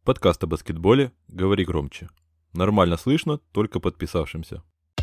Подкаст о баскетболе «Говори громче». Нормально слышно, только подписавшимся.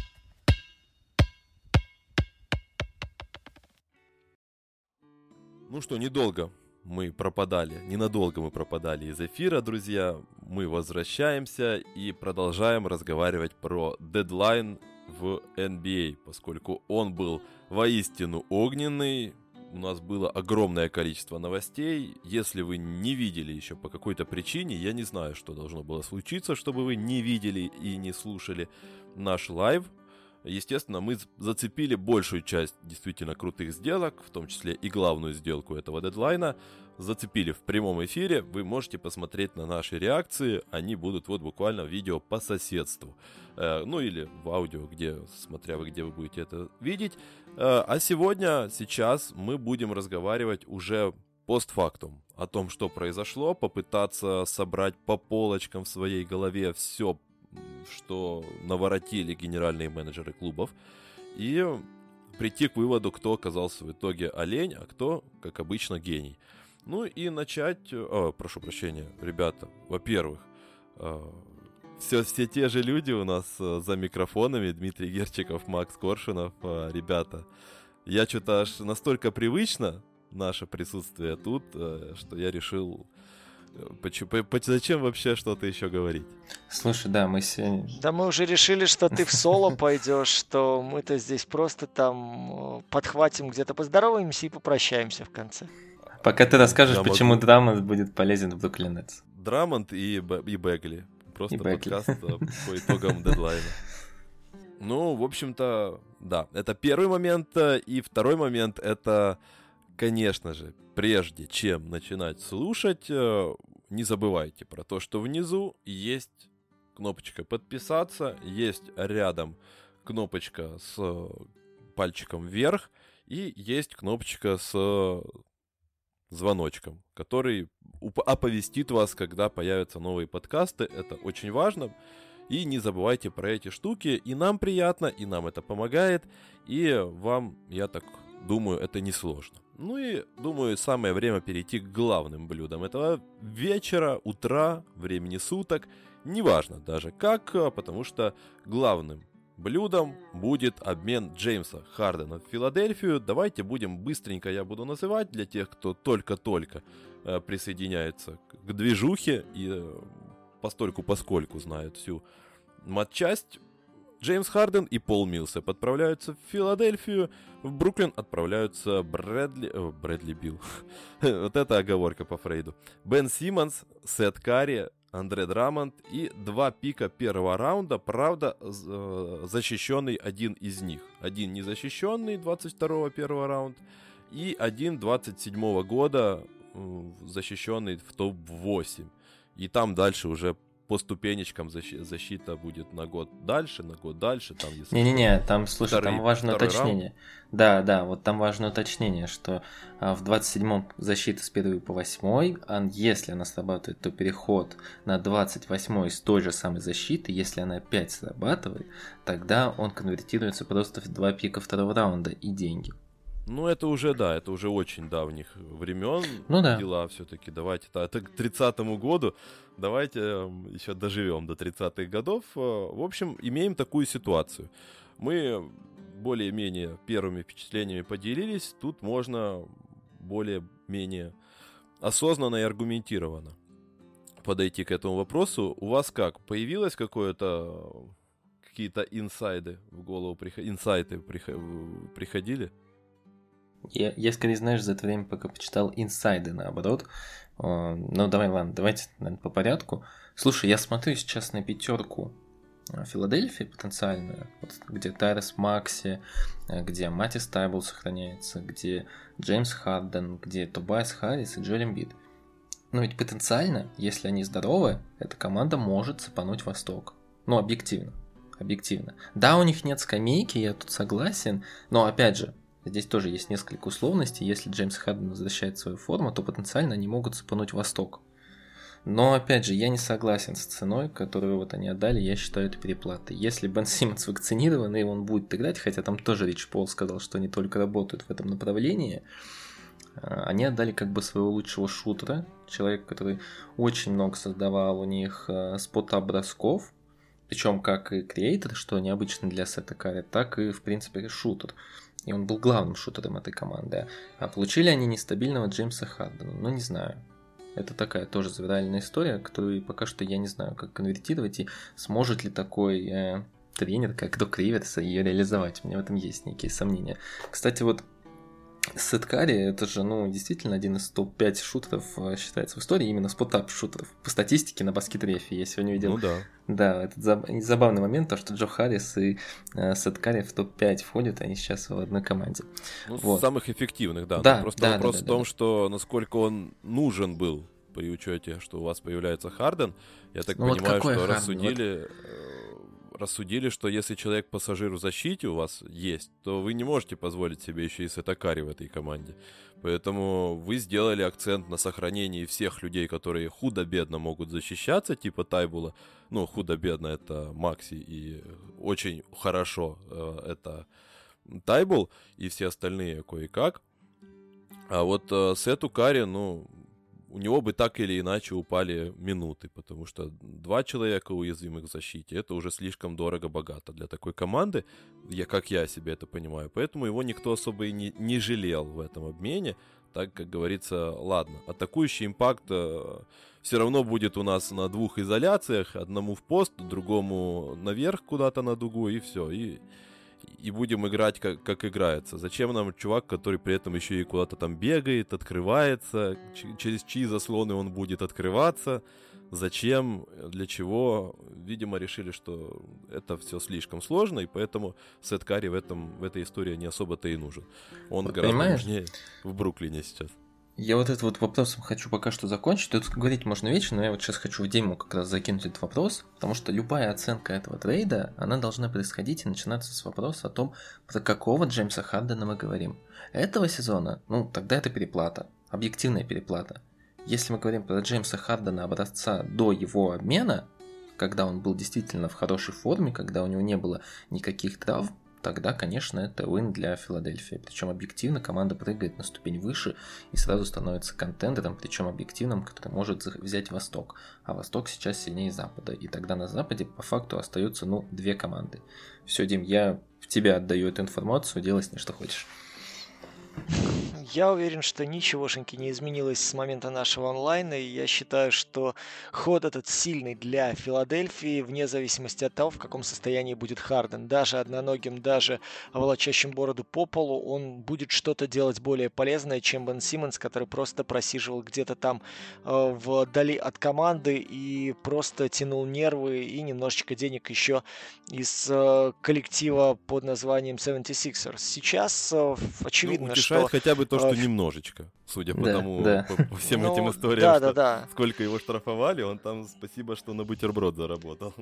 Ну что, ненадолго мы пропадали из эфира, друзья. Мы возвращаемся и продолжаем разговаривать про дедлайн в NBA, поскольку он был воистину огненный. У нас было огромное количество новостей. Если вы не видели еще по какой-то причине, я не знаю, что должно было случиться, чтобы вы не видели и не слушали наш лайв. Естественно, мы зацепили большую часть действительно крутых сделок, в том числе и главную сделку этого дедлайна. Зацепили в прямом эфире. Вы можете посмотреть на наши реакции. Они будут вот буквально в видео по соседству. Ну или в аудио, смотря где вы будете это видеть. А сейчас мы будем разговаривать уже постфактум о том, что произошло, попытаться собрать по полочкам в своей голове все, что наворотили генеральные менеджеры клубов, и прийти к выводу, кто оказался в итоге олень, а кто, как обычно, гений. Ну и начать... прошу прощения, ребята, во-первых, все те же люди у нас за микрофонами, Дмитрий Герчиков, Макс Коршунов, ребята. Я что-то аж настолько привычно наше присутствие тут, что я решил... Зачем вообще что-то еще говорить? Слушай, да, мы сегодня... Да мы уже решили, что ты в соло пойдешь, что мы-то здесь просто там подхватим, где-то поздороваемся и попрощаемся в конце. Пока ты расскажешь, почему Драмонд будет полезен в Бруклин Нетс. Драмонд и Бегли. Просто подкаст по итогам дедлайна. Ну, в общем-то, да, это первый момент. И второй момент, это, конечно же, прежде чем начинать слушать, не забывайте про то, что внизу есть кнопочка «Подписаться», есть рядом кнопочка с пальчиком вверх и есть кнопочка с звоночком, который оповестит вас, когда появятся новые подкасты. Это очень важно. И не забывайте про эти штуки. И нам приятно, и нам это помогает. И вам, я так думаю, это несложно. Ну и, думаю, самое время перейти к главным блюдам этого вечера, утра, времени суток. Неважно даже как, потому что главным блюдом будет обмен Джеймса Хардена в Филадельфию. Давайте будем быстренько, я буду называть для тех, кто только-только присоединяется к движухе и постольку-поскольку знают всю матчасть. Джеймс Харден и Пол Миллсап отправляются в Филадельфию, в Бруклин отправляются Брэдли Билл. Вот это оговорка по Фрейду. Бен Симмонс, Сет Карри, Андре Драмонд и 2 пика первого раунда, правда, защищенный один из них. Один незащищенный 22-го первого раунд и один 27-го года защищенный в топ-8. И там дальше уже по ступенечкам защита будет на год дальше. Там, если Не-не-не, там, слушай, там важное уточнение. Раунд. Да, вот там важное уточнение, что в 27-м защита с 1 по 8, а если она срабатывает, то переход на 28-й с той же самой защиты, если она опять срабатывает, тогда он конвертируется просто в 2 пика второго раунда и деньги. Ну, это уже, да, это уже очень давних времен дела все-таки. Давайте, это к 30-му году, давайте еще доживем до 30-х годов. В общем, имеем такую ситуацию. Мы более-менее первыми впечатлениями поделились. Тут можно более-менее осознанно и аргументированно подойти к этому вопросу. У вас как? Появилось какие-то инсайды в голову? Инсайты приходили? Я скорее, знаешь, за это время пока почитал инсайды, наоборот. Ну, давайте, наверное, по порядку. Слушай, я смотрю сейчас на 5 Филадельфии потенциальную, вот, где Тайрес Макси, где Матис Тайбл сохраняется, где Джеймс Харден, где Тобайас Харрис и Джоэл Эмбид. Но ведь потенциально, если они здоровы, эта команда может цепануть Восток. Ну, объективно. Да, у них нет скамейки, я тут согласен, но, опять же, здесь тоже есть несколько условностей. Если Джеймс Харден возвращает свою форму, то потенциально они могут цепануть Восток. Но, опять же, я не согласен с ценой, которую вот они отдали, я считаю это переплатой. Если Бен Симмонс вакцинирован, и он будет играть, хотя там тоже Рич Пол сказал, что они только работают в этом направлении, Они отдали как бы своего лучшего шутера, человека, который очень много создавал у них спот-бросков, причем как и креатор, что необычно для Сета Карри, так и, в принципе, шутер. И он был главным шутером этой команды. А получили они нестабильного Джеймса Хардена. Ну, не знаю. Это такая тоже завиральная история, которую пока что я не знаю, как конвертировать, и сможет ли такой тренер, как Док Риверс, ее реализовать. У меня в этом есть некие сомнения. Кстати, вот Сет Карри, это же, действительно один из топ-5 шутеров считается в истории, именно спот-ап шутеров. По статистике на баскет-рефе я сегодня видел. Ну да. Да, это забавный момент, то, что Джо Харрис и Сет Карри в топ-5 входят, они сейчас в одной команде. Вот. Самых эффективных, да. Да, просто вопрос в том, что насколько он нужен был при учете, что у вас появляется Харден. Я так понимаю, что рассудили, что если человек-пассажир в защите у вас есть, то вы не можете позволить себе еще и Сета Карри в этой команде. Поэтому вы сделали акцент на сохранении всех людей, которые худо-бедно могут защищаться, типа Тайбула. Худо-бедно — это Макси, и очень хорошо — это Тайбул, и все остальные кое-как. А вот Сету Карри, у него бы так или иначе упали минуты, потому что 2 человека уязвимых в защите — это уже слишком дорого-богато для такой команды, как я себе это понимаю. Поэтому его никто особо и не жалел в этом обмене. Так, как говорится, ладно, атакующий импакт все равно будет у нас на 2 изоляциях, одному в пост, другому наверх куда-то на дугу, и все, и будем играть, как играется. Зачем нам чувак, который при этом еще и куда-то там бегает, открывается, через чьи заслоны он будет открываться, зачем, для чего? Видимо, решили, что это все слишком сложно, и поэтому Сет Карри в этой истории не особо-то и нужен. Он гораздо нужнее в Бруклине сейчас. Я вот этот вопросом хочу пока что закончить. Тут говорить можно вечно, но я вот сейчас хочу в Диму как раз закинуть этот вопрос, потому что любая оценка этого трейда, она должна происходить и начинаться с вопроса о том, про какого Джеймса Хардена мы говорим. Этого сезона, тогда это переплата, объективная переплата. Если мы говорим про Джеймса Хардена образца до его обмена, когда он был действительно в хорошей форме, когда у него не было никаких травм, тогда, конечно, это win для Филадельфии. Причем объективно команда прыгает на ступень выше и сразу становится контендером, причем объективным, который может взять Восток. А Восток сейчас сильнее Запада. И тогда на Западе по факту остаются, 2 команды. Все, Дим, я в тебя отдаю эту информацию, делай с ней что хочешь. Я уверен, что ничегошеньки не изменилось с момента нашего онлайна, и я считаю, что ход этот сильный для Филадельфии, вне зависимости от того, в каком состоянии будет Харден. Даже одноногим, даже волочащим бороду по полу, он будет что-то делать более полезное, чем Бен Симмонс, который просто просиживал где-то там вдали от команды и просто тянул нервы и немножечко денег еще из коллектива под названием 76ers. Сейчас очевидно, утешает что... хотя бы то, что немножечко, судя по тому, по всем этим историям, сколько его штрафовали, он там, спасибо, что на бутерброд заработал.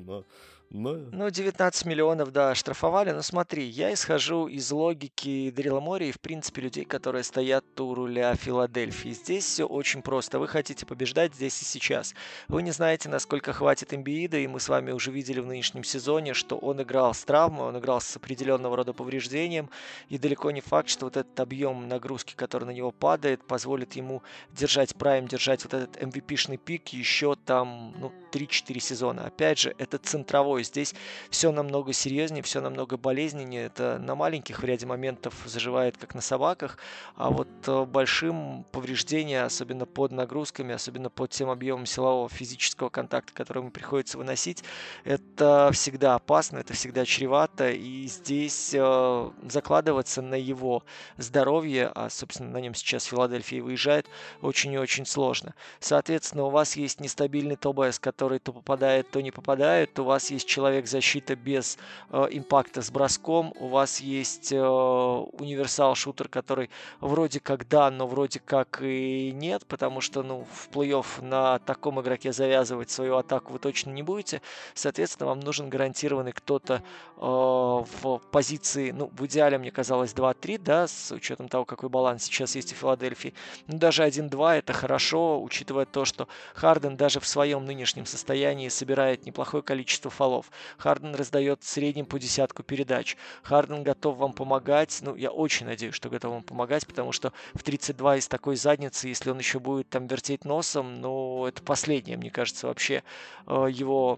19 миллионов, штрафовали. Но смотри, я исхожу из логики Даррила Мори и, в принципе, людей, которые стоят у руля Филадельфии. Здесь все очень просто. Вы хотите побеждать здесь и сейчас. Вы не знаете, насколько хватит Эмбиида, и мы с вами уже видели в нынешнем сезоне, что он играл с травмой, он играл с определенного рода повреждением, и далеко не факт, что вот этот объем нагрузки, который на него падает, позволит ему держать прайм, держать вот этот MVP-шный пик еще там, 3-4 сезона. Опять же, это центровой. Здесь все намного серьезнее, все намного болезненнее. Это на маленьких в ряде моментов заживает, как на собаках, а вот большим повреждения, особенно под нагрузками, особенно под тем объемом силового физического контакта, который ему приходится выносить, это всегда опасно, это всегда чревато, и здесь закладываться на его здоровье, а, собственно, на нем сейчас Филадельфия выезжает, очень и очень сложно. Соответственно, у вас есть нестабильный ТБС, который то попадает, то не попадает, у вас есть человек-защита без импакта с броском, у вас есть универсал-шутер, который вроде как да, но вроде как и нет, потому что, в плей-офф на таком игроке завязывать свою атаку вы точно не будете. Соответственно, вам нужен гарантированный кто-то в позиции, в идеале, мне казалось, 2-3, с учетом того, какой баланс сейчас есть у Филадельфии. Но даже 1-2 это хорошо, учитывая то, что Харден даже в своем нынешнем состоянии собирает неплохое количество фолов. Харден раздает в среднем по десятку передач. Харден готов вам помогать. Ну, я очень надеюсь, что готов вам помогать, потому что в 32 из такой задницы, если он еще будет там вертеть носом, ну, это последнее, мне кажется, вообще его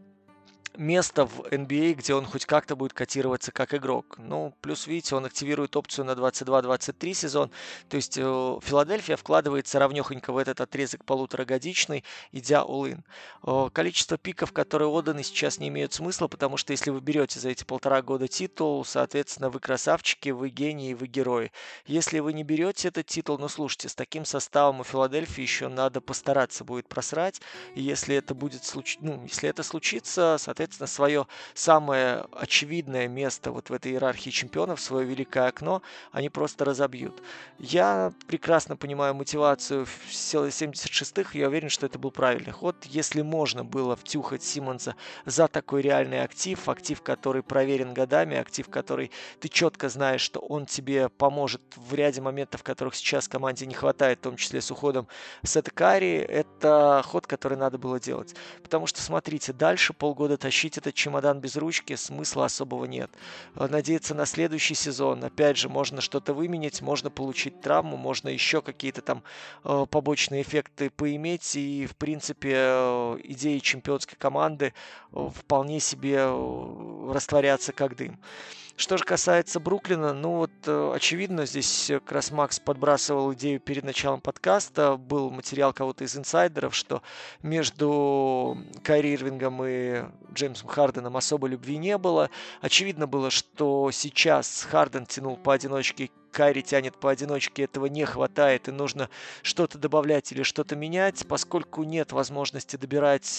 место в NBA, где он хоть как-то будет котироваться как игрок. Ну, плюс, видите, он активирует опцию на 22-23 сезон. То есть Филадельфия вкладывается равнехонько в этот отрезок полуторагодичный, идя all-in. Количество пиков, которые отданы, сейчас не имеют смысла, потому что если вы берете за эти 1,5 года титул, соответственно, вы красавчики, вы гении, вы герои. Если вы не берете этот титул, ну, слушайте, с таким составом у Филадельфии еще надо постараться будет просрать. И если это будет если это случится, соответственно, свое самое очевидное место вот в этой иерархии чемпионов, свое великое окно, они просто разобьют. Я прекрасно понимаю мотивацию в 76-х, я уверен, что это был правильный ход. Если можно было втюхать Симмонса за такой реальный актив, актив, который проверен годами, актив, который ты четко знаешь, что он тебе поможет в ряде моментов, которых сейчас команде не хватает, в том числе с уходом Сета Карри, это ход, который надо было делать. Потому что, смотрите, дальше полгода тащить этот чемодан без ручки смысла особого нет. Надеяться на следующий сезон, опять же, можно что-то выменять, можно получить травму, можно еще какие-то там побочные эффекты поиметь, и, в принципе, идеи чемпионской команды вполне себе растворятся как дым. Что же касается Бруклина, ну вот очевидно, здесь как раз Макс подбрасывал идею перед началом подкаста, был материал кого-то из инсайдеров, что между Кайри Ирвингом и Джеймсом Харденом особо любви не было. Очевидно было, что сейчас Харден тянул поодиночке, Кайри тянет поодиночке, этого не хватает, и нужно что-то добавлять или что-то менять, поскольку нет возможности добирать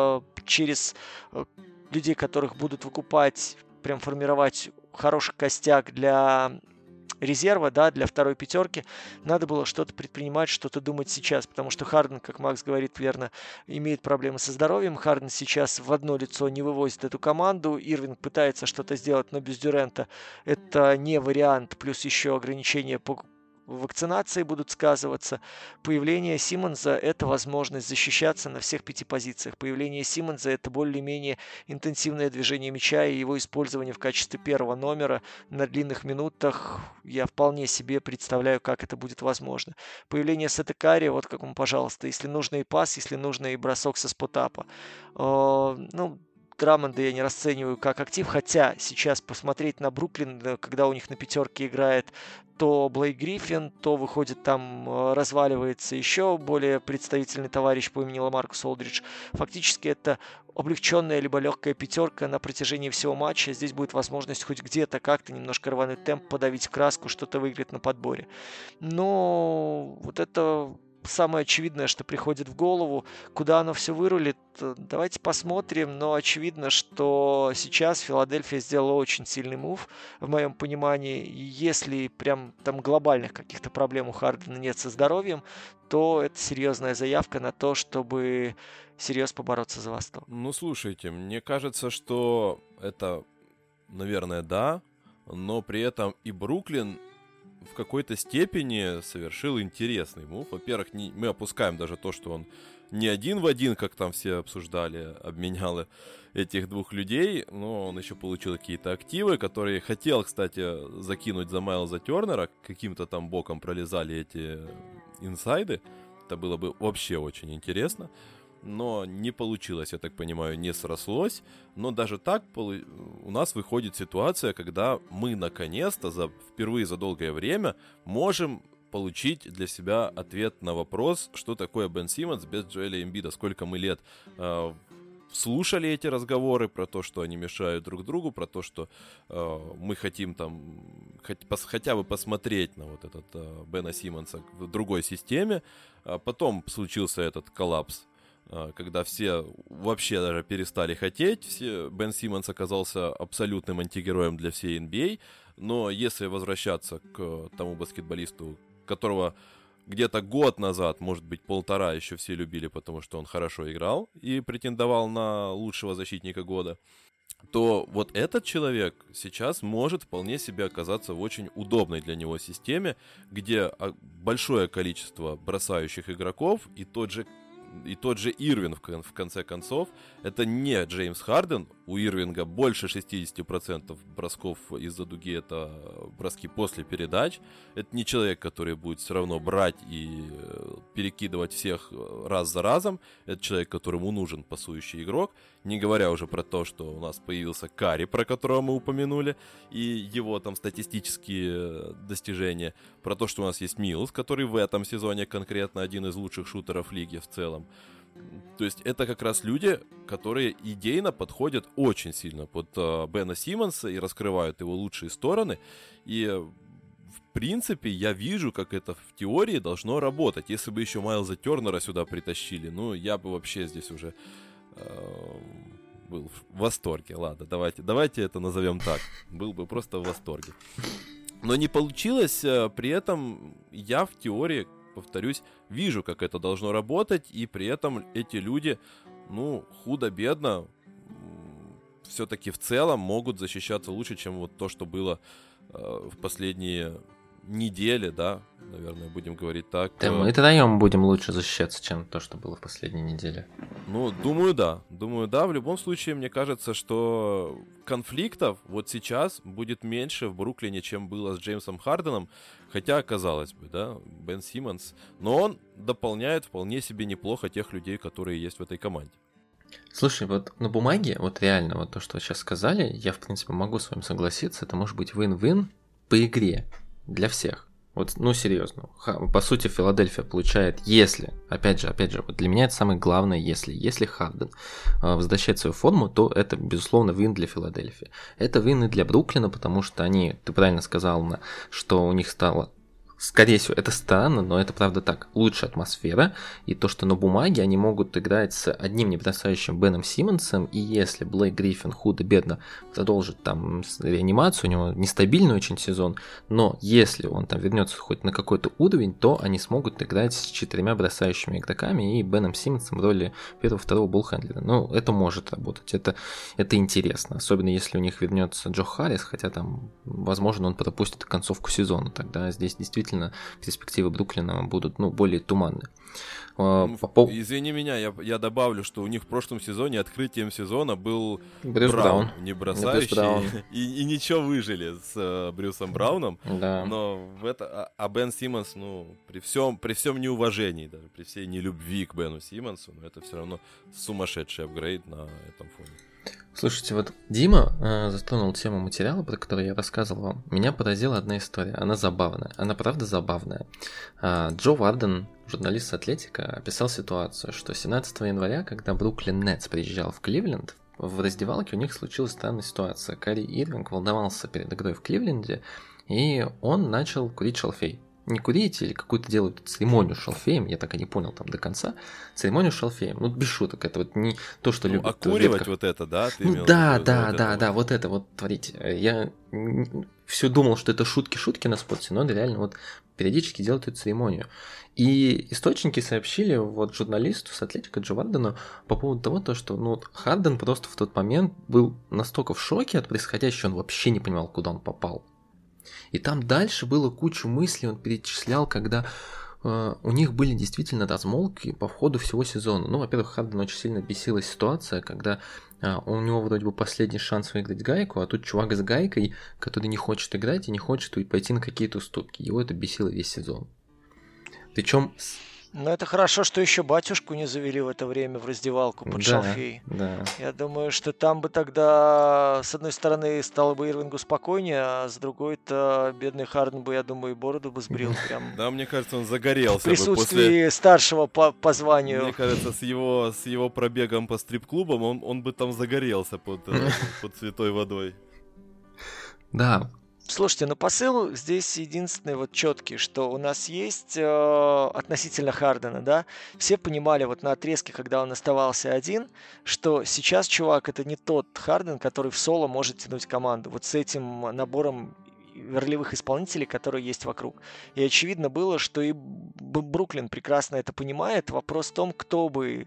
через людей, которых будут выкупать, прям формировать хороший костяк для резерва, да, для второй пятерки, надо было что-то предпринимать, что-то думать сейчас, потому что Харден, как Макс говорит верно, имеет проблемы со здоровьем. Харден сейчас в одно лицо не вывозит эту команду. Ирвинг пытается что-то сделать, но без Дюрента это не вариант, плюс еще ограничения по вакцинации будут сказываться. Появление Симмонса – это возможность защищаться на всех 5 позициях. Появление Симмонса – это более-менее интенсивное движение мяча и его использование в качестве первого номера на длинных минутах. Я вполне себе представляю, как это будет возможно. Появление Сета Карри, вот как вам, пожалуйста, если нужно и пас, если нужно и бросок со спотапа. Драмонда я не расцениваю как актив, хотя сейчас посмотреть на Бруклин, когда у них на пятерке играет то Блейк Гриффин, то выходит там, разваливается еще более представительный товарищ по имени Ламаркус Олдридж. Фактически это облегченная либо легкая пятерка на протяжении всего матча. Здесь будет возможность хоть где-то как-то немножко рвануть темп, подавить краску, что-то выиграть на подборе. Но вот это самое очевидное, что приходит в голову. Куда оно все вырулит, давайте посмотрим. Но очевидно, что сейчас Филадельфия сделала очень сильный мув, в моем понимании. И если прям там глобальных каких-то проблем у Хардена нет со здоровьем, то это серьезная заявка на то, чтобы серьезно побороться за Восток. Ну, слушайте, мне кажется, что это, наверное, да, но при этом и Бруклин в какой-то степени совершил интересный мув. Во-первых, мы опускаем даже то, что он не один в один, как там все обсуждали, обменял этих двух людей, но он еще получил какие-то активы, которые хотел, кстати, закинуть за Майлза Тернера, каким-то там боком пролезали эти инсайды. Это было бы вообще очень интересно. Но не получилось, я так понимаю, не срослось. Но даже так у нас выходит ситуация, когда мы наконец-то впервые за долгое время можем получить для себя ответ на вопрос, что такое Бен Симмонс без Джоэля Эмбида. Сколько мы лет слушали эти разговоры про то, что они мешают друг другу, про то, что мы хотим там хотя бы посмотреть на вот этот Бена Симмонса в другой системе. Потом случился этот коллапс, когда все вообще даже перестали хотеть. Бен Симмонс оказался абсолютным антигероем для всей NBA. Но если возвращаться к тому баскетболисту, которого где-то год назад, может быть, 1,5 еще все любили, потому что он хорошо играл и претендовал на лучшего защитника года, то вот этот человек сейчас может вполне себе оказаться в очень удобной для него системе, где большое количество бросающих игроков и тот же Ирвинг, в конце концов, это не Джеймс Харден. У Ирвинга больше 60% бросков из-за дуги — это броски после передач. Это не человек, который будет все равно брать и перекидывать всех раз за разом. Это человек, которому нужен пасующий игрок. Не говоря уже про то, что у нас появился Карри, про которого мы упомянули, и его там статистические достижения. Про то, что у нас есть Милс, который в этом сезоне конкретно один из лучших шутеров лиги в целом. То есть это как раз люди, которые идейно подходят очень сильно под Бена Симмонса и раскрывают его лучшие стороны. И в принципе я вижу, как это в теории должно работать. Если бы еще Майлза Тернера сюда притащили, ну я бы вообще здесь уже был в восторге. Ладно, давайте это назовем так. Был бы просто в восторге. Но не получилось. При этом я в теории, повторюсь, вижу, как это должно работать, и при этом эти люди, ну, худо-бедно, все-таки в целом могут защищаться лучше, чем вот то, что было в последние недели, да, наверное, будем говорить так. Да, мы втроем будем лучше защищаться, чем то, что было в последней неделе. Ну, думаю, да. В любом случае, мне кажется, что конфликтов вот сейчас будет меньше в Бруклине, чем было с Джеймсом Харденом. Хотя, казалось бы, да, Бен Симмонс. Но он дополняет вполне себе неплохо тех людей, которые есть в этой команде. Слушай, вот на бумаге, вот реально, вот то, что вы сейчас сказали, я, в принципе, могу с вами согласиться. Это может быть win-win по игре для всех. Вот, ну, серьезно. По сути, Филадельфия получает, если, опять же, вот для меня это самое главное, если Харден возвращает свою форму, то это, безусловно, вин для Филадельфии. Это вин и для Бруклина, потому что они, ты правильно сказал, что у них стало, скорее всего, это странно, но это правда так, лучшая атмосфера, и то, что на бумаге они могут играть с одним небросающим Беном Симмонсом, и если Блейк Гриффин худо-бедно продолжит там реанимацию, у него нестабильный очень сезон, но если он там вернется хоть на какой-то уровень, то они смогут играть с 4 бросающими игроками и Беном Симмонсом в роли первого-второго боллхендлера. Ну, это может работать, это интересно, особенно если у них вернется Джо Харрис, хотя там, возможно, он пропустит концовку сезона, тогда здесь действительно перспективы Бруклина будут, ну, более туманны. Извини меня, я добавлю, что у них в прошлом сезоне открытием сезона был Брюс Браун, не бросающий, и ничего выжили с Брюсом Брауном, да. Но Бен Симмонс, ну, при всем неуважении, даже при всей нелюбви к Бену Симмонсу, но это все равно сумасшедший апгрейд на этом фоне. Слушайте, вот Дима затронул тему материала, про который я рассказывал вам. Меня поразила одна история. Она забавная. Она правда забавная. Джо Варден, журналист с Атлетика, описал ситуацию, что 17 января, когда Бруклин Нетс приезжал в Кливленд, в раздевалке у них случилась странная ситуация. Карри Ирвинг волновался перед игрой в Кливленде, и он начал курить шалфей. Не курить или какую-то делают церемонию с шалфеем, я так и не понял там до конца. Церемонию с шалфеем, ну без шуток, это вот не то, что любят. Окуривать вот это, да? Ты Вот это вот творить. Я все думал, что это шутки на спорте, но реально вот периодически делают эту церемонию. И источники сообщили вот журналисту с Атлетика Джо Вардену по поводу того, что ну, Харден просто в тот момент был настолько в шоке от происходящего, он вообще не понимал, куда он попал. И там дальше было кучу мыслей, он перечислял, когда у них были действительно размолвки по ходу всего сезона. Ну, во-первых, Харден очень сильно бесила ситуация, когда у него вроде бы последний шанс выиграть гайку, а тут чувак с гайкой, который не хочет играть и не хочет пойти на какие-то уступки. Его это бесило весь сезон. Причем... Но это хорошо, что еще батюшку не завели в это время в раздевалку под шалфей. Да. Я думаю, что там бы тогда, с одной стороны, стало бы Ирвингу спокойнее, а с другой-то бедный Харден бы, я думаю, и бороду бы сбрил прям. Да, мне кажется, он загорелся в присутствии старшего по званию. Мне кажется, с его пробегом по стрип-клубам он бы там загорелся под святой водой. Да. Слушайте, ну посыл здесь единственный вот четкий, что у нас есть относительно Хардена, да, все понимали вот на отрезке, когда он оставался один, что сейчас чувак это не тот Харден, который в соло может тянуть команду, вот с этим набором ролевых исполнителей, которые есть вокруг. И очевидно было, что и Бруклин прекрасно это понимает, вопрос в том,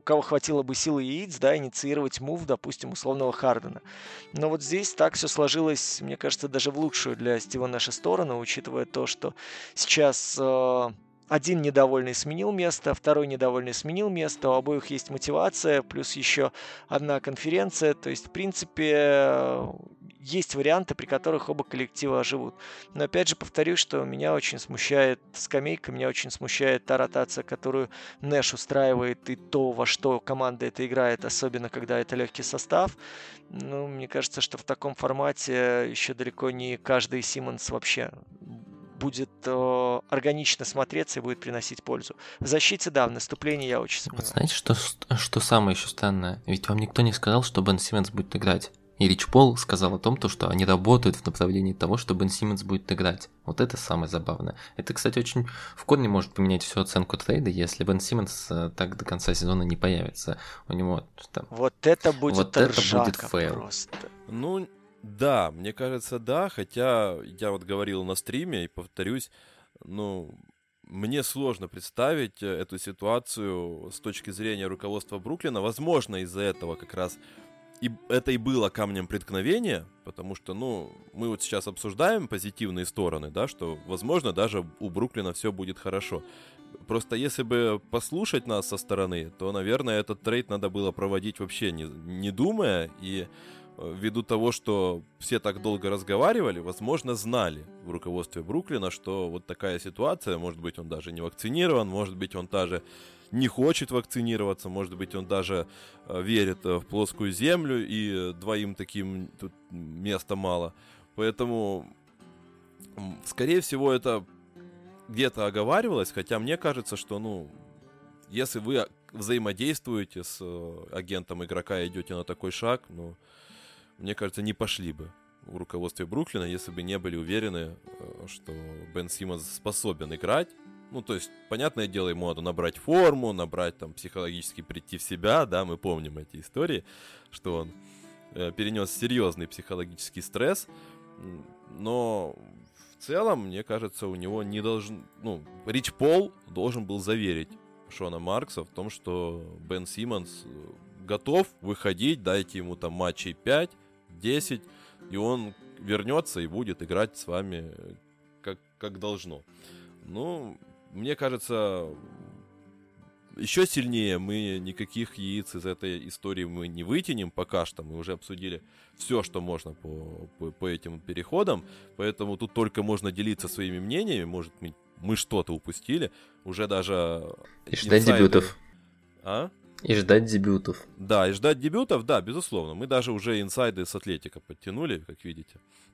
кого хватило бы силы и яиц, да, инициировать мув, допустим, условного Хардена. Но вот здесь так все сложилось, мне кажется, даже в лучшую для Стива Нэша сторону, учитывая то, что сейчас один недовольный сменил место, второй недовольный сменил место, у обоих есть мотивация, плюс еще одна конференция, то есть, в принципе, есть варианты, при которых оба коллектива оживут. Но опять же повторюсь, что меня очень смущает скамейка, меня очень смущает та ротация, которую Нэш устраивает, и то, во что команда это играет, особенно когда это легкий состав. Ну, мне кажется, что в таком формате еще далеко не каждый Симмонс вообще будет органично смотреться и будет приносить пользу. В защите, да, в наступлении я очень сомневаюсь. Вот знаете, что самое еще странное? Ведь вам никто не сказал, что Бен Симмонс будет играть. И Рич Пол сказал о том, что они работают в направлении того, что Бен Симмонс будет играть. Вот это самое забавное. Это, кстати, очень в корне может поменять всю оценку трейда, если Бен Симмонс так до конца сезона не появится. У него там... Вот это будет фейл. Просто. Ну, да, мне кажется, да, хотя я вот говорил на стриме и повторюсь, ну, мне сложно представить эту ситуацию с точки зрения руководства Бруклина. Возможно, из-за этого как раз и это и было камнем преткновения, потому что, ну, мы вот сейчас обсуждаем позитивные стороны, да, что, возможно, даже у Бруклина все будет хорошо. Просто если бы послушать нас со стороны, то, наверное, этот трейд надо было проводить вообще не думая, и ввиду того, что все так долго разговаривали, возможно, знали в руководстве Бруклина, что вот такая ситуация, может быть, он даже не вакцинирован, может быть, он даже не хочет вакцинироваться, может быть, он даже верит в плоскую землю, и двоим таким тут места мало. Поэтому, скорее всего, это где-то оговаривалось, хотя мне кажется, что, ну, если вы взаимодействуете с агентом игрока и идете на такой шаг, ну, мне кажется, не пошли бы в руководстве Бруклина, если бы не были уверены, что Бен Симмонс способен играть. Ну, то есть, понятное дело, ему надо набрать форму, набрать там психологически прийти в себя, да, мы помним эти истории, что он перенес серьезный психологический стресс, но в целом, мне кажется, у него не должен, ну, Рич Пол должен был заверить Шона Маркса в том, что Бен Симмонс готов выходить, дайте ему там матчей 5, 10, и он вернется и будет играть с вами как должно. Ну, мне кажется, еще сильнее мы никаких яиц из этой истории мы не вытянем пока что. Мы уже обсудили все, что можно по этим переходам, поэтому тут только можно делиться своими мнениями. Может, мы что-то упустили. Уже даже... И ждать дебютов. А? И ждать дебютов. Да, и ждать дебютов, да, безусловно. Мы даже уже инсайды с Атлетико подтянули, как видите.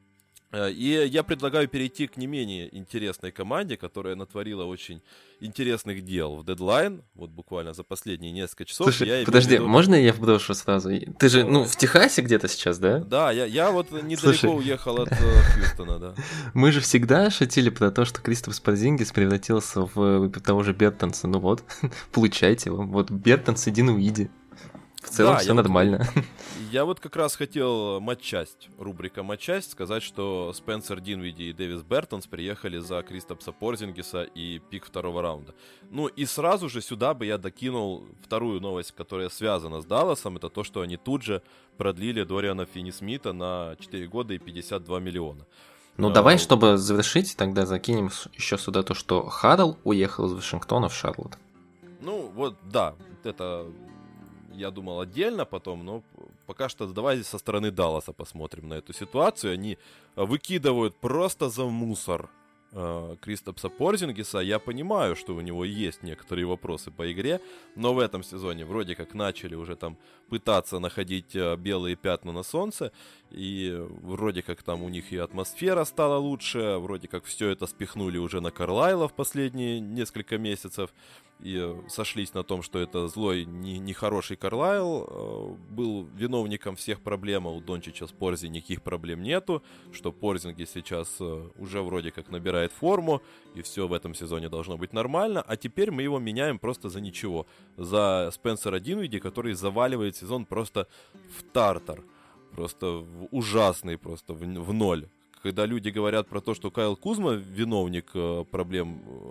И я предлагаю перейти к не менее интересной команде, которая натворила очень интересных дел в дедлайн, вот буквально за последние несколько часов. Слушай, подожди, можно я вброшу сразу? Ты же, в Техасе где-то сейчас, да? Да, я вот недалеко уехал от Хьюстона, да. Мы же всегда шутили про то, что Кристофс Порзингис превратился в того же Бертонса. Ну вот, получайте его. Вот Бертонс, иди на уиди. В целом да, все нормально. Я вот как раз хотел матчасть, рубрика матчасть, сказать, что Спенсер Динвиди и Дэвис Бертонс приехали за Кристопса Порзингиса и пик второго раунда. Ну и сразу же сюда бы я докинул вторую новость, которая связана с Далласом. Это то, что они тут же продлили Дориана Финни-Смита на 4 года и 52 миллиона. Ну давай, чтобы завершить, тогда закинем еще сюда то, что Харрелл уехал из Вашингтона в Шарлотт. Ну вот, да, это... Я думал отдельно потом, но пока что давайте со стороны Далласа посмотрим на эту ситуацию. Они выкидывают просто за мусор Кристопса Порзингиса. Я понимаю, что у него есть некоторые вопросы по игре, но в этом сезоне вроде как начали уже там пытаться находить белые пятна на солнце, и вроде как там у них и атмосфера стала лучше, вроде как все это спихнули уже на Карлайла в последние несколько месяцев, и сошлись на том, что это злой, нехороший Карлайл был виновником всех проблем, а у Дончича с Порзи никаких проблем нету, что Порзингис сейчас уже вроде как набирает форму, и все в этом сезоне должно быть нормально, а теперь мы его меняем просто за ничего, за Спенсера Динвиди, который заваливает сезон просто в тартар, просто в ужасный, просто в ноль. Когда люди говорят про то, что Кайл Кузма виновник проблем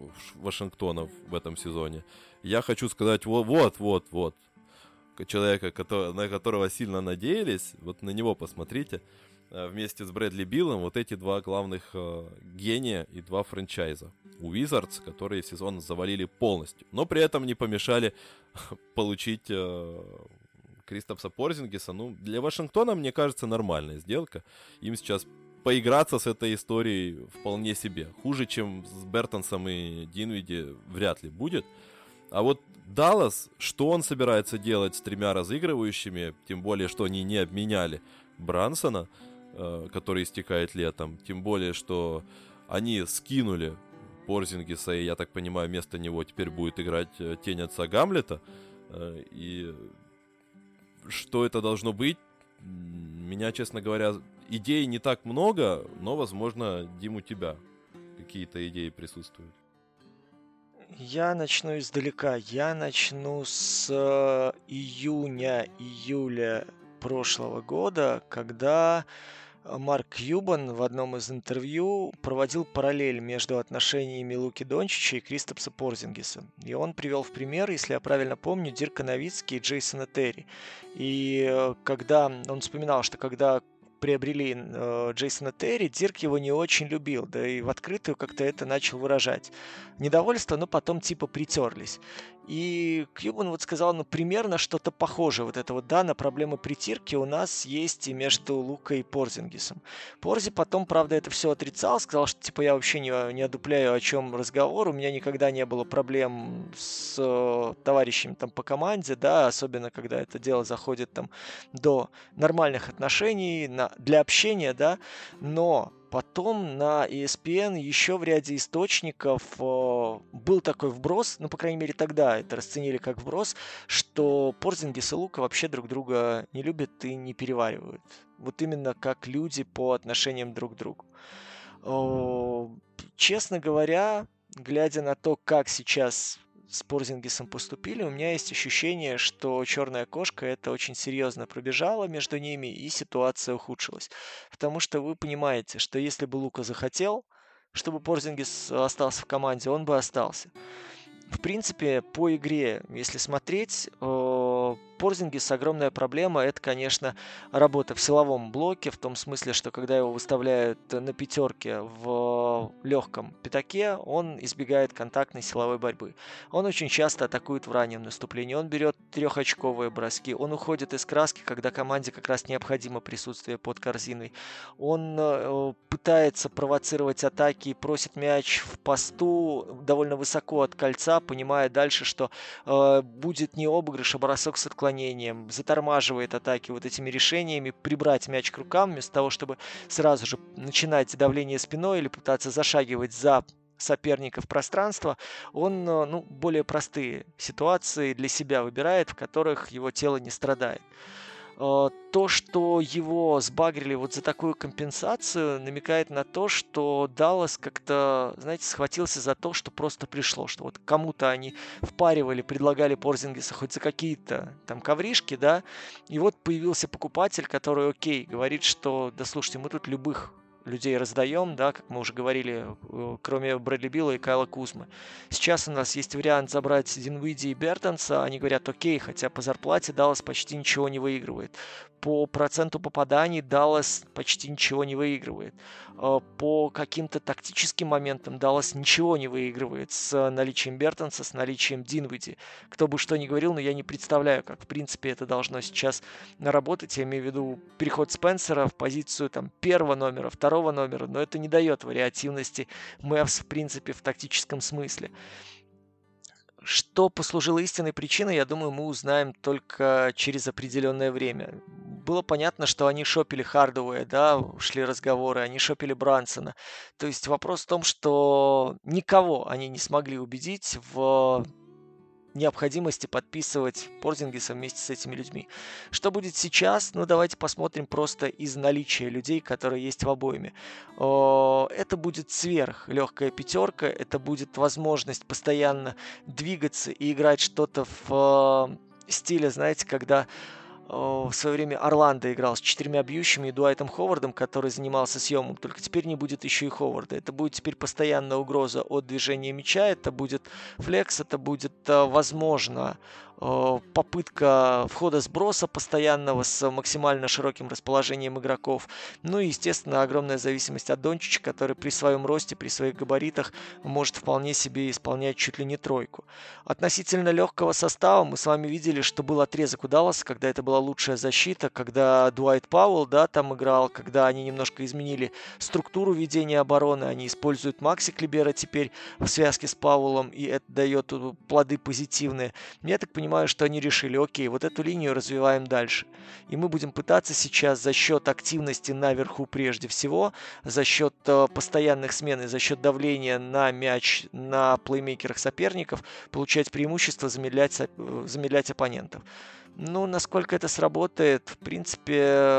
Вашингтона в этом сезоне. Я хочу сказать, вот. Человека, на которого сильно надеялись, вот на него посмотрите. Вместе с Брэдли Биллом вот эти два главных гения и два франчайза у Wizards, которые сезон завалили полностью. Но при этом не помешали получить Кристапса Порзингиса. Ну, для Вашингтона, мне кажется, нормальная сделка. Им сейчас поиграться с этой историей вполне себе. Хуже, чем с Бертонсом и Динвиди, вряд ли будет. А вот Даллас, что он собирается делать с тремя разыгрывающими, тем более, что они не обменяли Брансона, который истекает летом, тем более, что они скинули Порзингиса, и, я так понимаю, вместо него теперь будет играть тень отца Гамлета. И что это должно быть? Меня, честно говоря, идей не так много, но, возможно, Дим, у тебя какие-то идеи присутствуют. Я начну издалека. Я начну с июня-июля прошлого года, когда Марк Кьюбан в одном из интервью проводил параллель между отношениями Луки Дончича и Кристапса Порзингиса. И он привел в пример, если я правильно помню, Дирка Новицки и Джейсона Терри. И когда он вспоминал, что когда приобрели Джейсона Терри, Дирк его не очень любил, да и в открытую как-то это начал выражать. Недовольство, но потом типа притерлись. И Кьюбан вот сказал, ну, примерно что-то похожее. Вот это вот, да, на проблемы притирки у нас есть и между Лукой и Порзингисом. Порзи потом, правда, это все отрицал, сказал, что, типа, я вообще не одупляю, о чем разговор, у меня никогда не было проблем с товарищами там по команде, да, особенно когда это дело заходит там до нормальных отношений, для общения, да, но потом на ESPN еще в ряде источников был такой вброс, ну, по крайней мере, тогда это расценили как вброс, что Порзингис и Лука вообще друг друга не любят и не переваривают. Вот именно как люди по отношениям друг к другу. Честно говоря, глядя на то, как сейчас с Порзингисом поступили, у меня есть ощущение, что черная кошка это очень серьезно пробежала между ними, и ситуация ухудшилась. Потому что вы понимаете, что если бы Лука захотел, чтобы Порзингис остался в команде, он бы остался. В принципе, по игре, если смотреть, Порзингис огромная проблема, это, конечно, работа в силовом блоке, в том смысле, что когда его выставляют на пятерке в легком пятаке, он избегает контактной силовой борьбы. Он очень часто атакует в раннем наступлении, он берет трехочковые броски, он уходит из краски, когда команде как раз необходимо присутствие под корзиной. Он пытается провоцировать атаки и просит мяч в посту довольно высоко от кольца, понимая дальше, что будет не обыгрыш, а бросок с отклонением, затормаживает атаки вот этими решениями, прибрать мяч к рукам, вместо того, чтобы сразу же начинать давление спиной или пытаться зашагивать за соперника в пространство, он более простые ситуации для себя выбирает, в которых его тело не страдает. То, что его сбагрили вот за такую компенсацию, намекает на то, что Даллас как-то, знаете, схватился за то, что просто пришло, что вот кому-то они впаривали, предлагали Порзингиса хоть за какие-то там ковришки, да, и вот появился покупатель, который, окей, говорит, что, да слушайте, мы тут любых людей раздаем, да, как мы уже говорили, кроме Брэдли Билла и Кайла Кузмы. Сейчас у нас есть вариант забрать Динвиди и Бертонса, они говорят, окей, хотя по зарплате Даллас почти ничего не выигрывает. По проценту попаданий Даллас почти ничего не выигрывает. По каким-то тактическим моментам Даллас ничего не выигрывает с наличием Бертонса, с наличием Динвиди. Кто бы что ни говорил, но я не представляю, как в принципе это должно сейчас наработать. Я имею в виду переход Спенсера в позицию там первого номера, второго номера, но это не дает вариативности Мэвс в принципе в тактическом смысле. Что послужило истинной причиной, я думаю, мы узнаем только через определенное время. Было понятно, что они шопили Хардуэя, да, шли разговоры, они шопили Брансона. То есть вопрос в том, что никого они не смогли убедить в необходимости подписывать Порзингиса вместе с этими людьми. Что будет сейчас? Ну, давайте посмотрим просто из наличия людей, которые есть в обойме. Это будет сверхлегкая пятерка, это будет возможность постоянно двигаться и играть что-то в стиле, знаете, когда в свое время Орландо играл с 4 бьющими и Дуайтом Ховардом, который занимался съемом, только теперь не будет еще и Ховарда. Это будет теперь постоянная угроза от движения мяча, это будет флекс, это будет, возможно, попытка входа-сброса постоянного с максимально широким расположением игроков. Ну и, естественно, огромная зависимость от Дончича, который при своем росте, при своих габаритах может вполне себе исполнять чуть ли не тройку. Относительно легкого состава мы с вами видели, что был отрезок у Далласа, когда это была лучшая защита, когда Дуайт Пауэлл, да, там играл, когда они немножко изменили структуру ведения обороны, они используют Макси Клибера теперь в связке с Пауэллом, и это дает плоды позитивные. Я так понимаю, что они решили, окей, вот эту линию развиваем дальше. И мы будем пытаться сейчас за счет активности наверху прежде всего, за счет постоянных смен и за счет давления на мяч на плеймейкерах соперников получать преимущество, замедлять оппонентов. Ну, насколько это сработает, в принципе,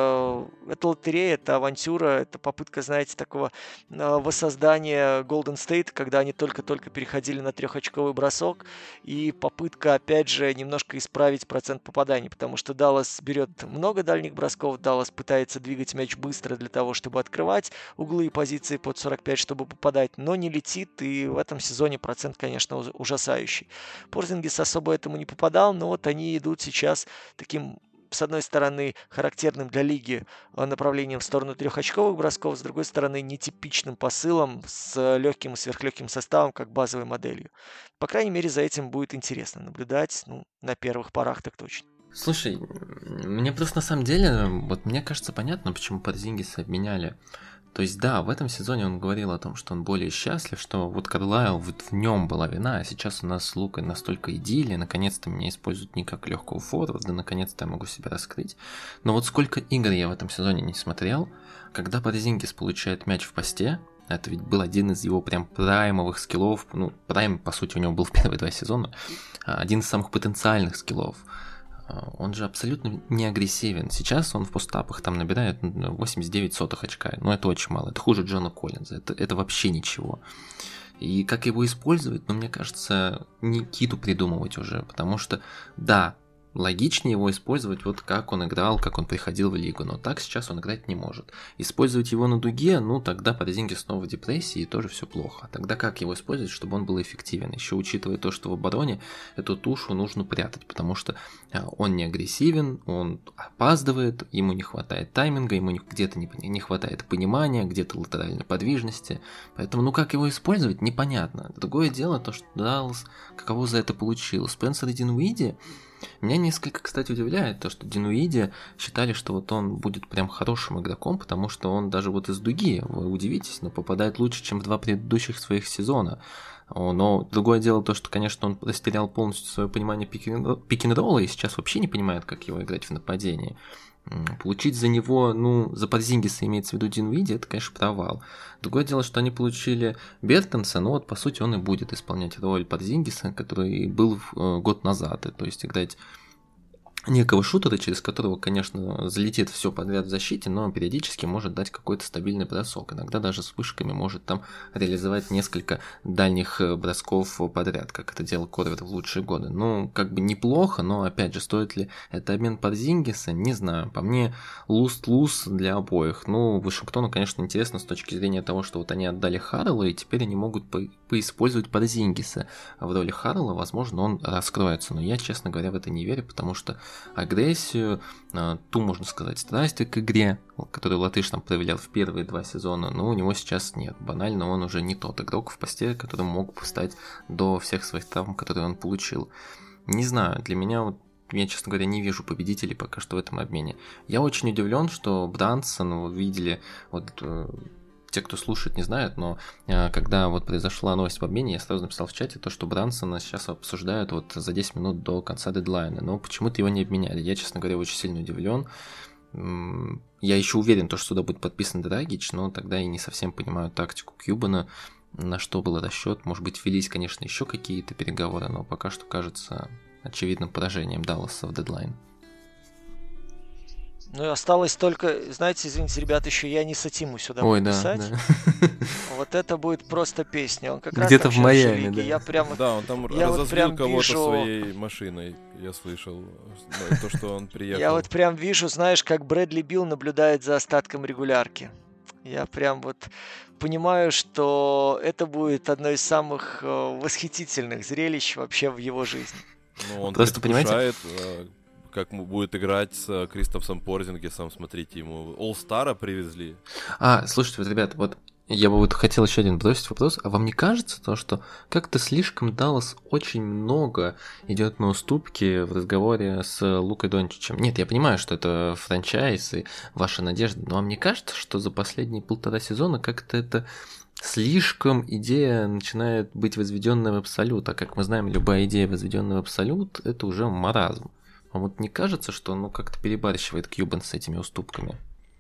это лотерея, это авантюра, это попытка, знаете, такого воссоздания Golden State, когда они только-только переходили на 3-очковый бросок, и попытка, опять же, немножко исправить процент попаданий, потому что Даллас берет много дальних бросков, Даллас пытается двигать мяч быстро для того, чтобы открывать углы и позиции под 45, чтобы попадать, но не летит, и в этом сезоне процент, конечно, ужасающий. Порзингис особо этому не попадал, но вот они идут сейчас таким, с одной стороны, характерным для лиги направлением в сторону 3-очковых бросков, с другой стороны, нетипичным посылом с легким и сверхлегким составом, как базовой моделью. По крайней мере, за этим будет интересно наблюдать, ну, на первых порах так точно. Слушай, мне просто на самом деле, вот мне кажется понятно, почему Порзингиса обменяли. То есть, да, в этом сезоне он говорил о том, что он более счастлив, что вот Карлайл, вот в нем была вина, а сейчас у нас с Лукой настолько идиллия, наконец-то меня используют не как легкого форварда, наконец-то я могу себя раскрыть. Но вот сколько игр я в этом сезоне не смотрел, когда Порзингис получает мяч в посте, это ведь был один из его прям праймовых скиллов, ну, прайм, по сути, у него был в первые 2 сезона, один из самых потенциальных скиллов. Он же абсолютно не агрессивен. Сейчас он в постапах там набирает 89 сотых очка. Но это очень мало. Это хуже Джона Коллинза. Это вообще ничего. И как его использовать, ну, мне кажется, Никиту придумывать уже. Потому что, да, логичнее его использовать вот как он играл, как он приходил в лигу, но так сейчас он играть не может. Использовать его на дуге, ну тогда Порзингис снова в депрессии и тоже все плохо. Тогда как его использовать, чтобы он был эффективен? Еще учитывая то, что в обороне эту тушу нужно прятать, потому что он не агрессивен, он опаздывает, ему не хватает тайминга, ему где-то не хватает понимания, где-то латеральной подвижности. Поэтому, ну как его использовать, непонятно. Другое дело то, что Даллас каково за это получил. Спенсер и Динуиди. Меня несколько, кстати, удивляет то, что Динуиди считали, что вот он будет прям хорошим игроком, потому что он даже вот из дуги, вы удивитесь, но попадает лучше, чем в 2 предыдущих своих сезона. Но другое дело то, что, конечно, он растерял полностью свое понимание пик-н-ролла и сейчас вообще не понимает, как его играть в нападении. Получить за него, ну, за Порзингиса имеется в виду Динуиди, это, конечно, провал. Другое дело, что они получили Бертонса, но вот, по сути, он и будет исполнять роль Порзингиса, который был год назад, то есть играть некого шутера, через которого, конечно, залетит все подряд в защите, но периодически может дать какой-то стабильный бросок. Иногда даже с вышками может там реализовать несколько дальних бросков подряд, как это делал Корвер в лучшие годы. Ну, как бы неплохо, но, опять же, стоит ли это обмен Порзингиса, не знаю. По мне, луз-луз для обоих. Ну, Вашингтону, конечно, интересно с точки зрения того, что вот они отдали Харрелла, и теперь они могут поиспользовать Порзингиса в роли Харрелла. Возможно, он раскроется, но я, честно говоря, в это не верю, потому что агрессию, ту, можно сказать, страсть к игре, которую Латыш там проявлял в первые 2 сезона, но у него сейчас нет. Банально он уже не тот игрок в посте, который мог бы встать до всех своих травм, которые он получил. Не знаю, для меня вот я, честно говоря, не вижу победителей пока что в этом обмене. Я очень удивлен, что Брансон, вы видели, вот те, кто слушает, не знают, но когда вот произошла новость об обмене, я сразу написал в чате то, что Брансона сейчас обсуждают вот за 10 минут до конца дедлайна, но почему-то его не обменяли. Я, честно говоря, очень сильно удивлен. Я еще уверен, что сюда будет подписан Драгич, но тогда я не совсем понимаю тактику Кьюбана, на что был расчет. Может быть, велись, конечно, еще какие-то переговоры, но пока что кажется очевидным поражением Далласа в дедлайн. Ну и осталось только, знаете, извините, ребят, еще я не Сатиму сюда буду писать. Да. Вот это будет просто песня. Он как где-то раз в Майами, да. Я прям, Да, он там я вот разозлил прям кого-то вижу, своей машиной, я слышал, то, что он приехал. я вот прям вижу, знаешь, как Брэдли Билл наблюдает за остатком регулярки. Я прям вот понимаю, что это будет одно из самых восхитительных зрелищ вообще в его жизни. Ну, он Просто предвкушает, как будет играть с Кристофсом Порзингисом. Смотрите, ему All-Star'а привезли. Слушайте, вот, ребят, вот я бы вот хотел еще один бросить вопрос. А вам не кажется то, что как-то слишком Даллас очень много идет на уступки в разговоре с Лукой Дончичем? Нет, я понимаю, что это франчайз и ваша надежда, но вам не кажется, что за последние 1,5 сезона как-то это слишком идея начинает быть возведенной в абсолют, а как мы знаем, любая идея, возведенная в абсолют, это уже маразм. Вам вот не кажется, что как-то перебарщивает Кьюбан с этими уступками?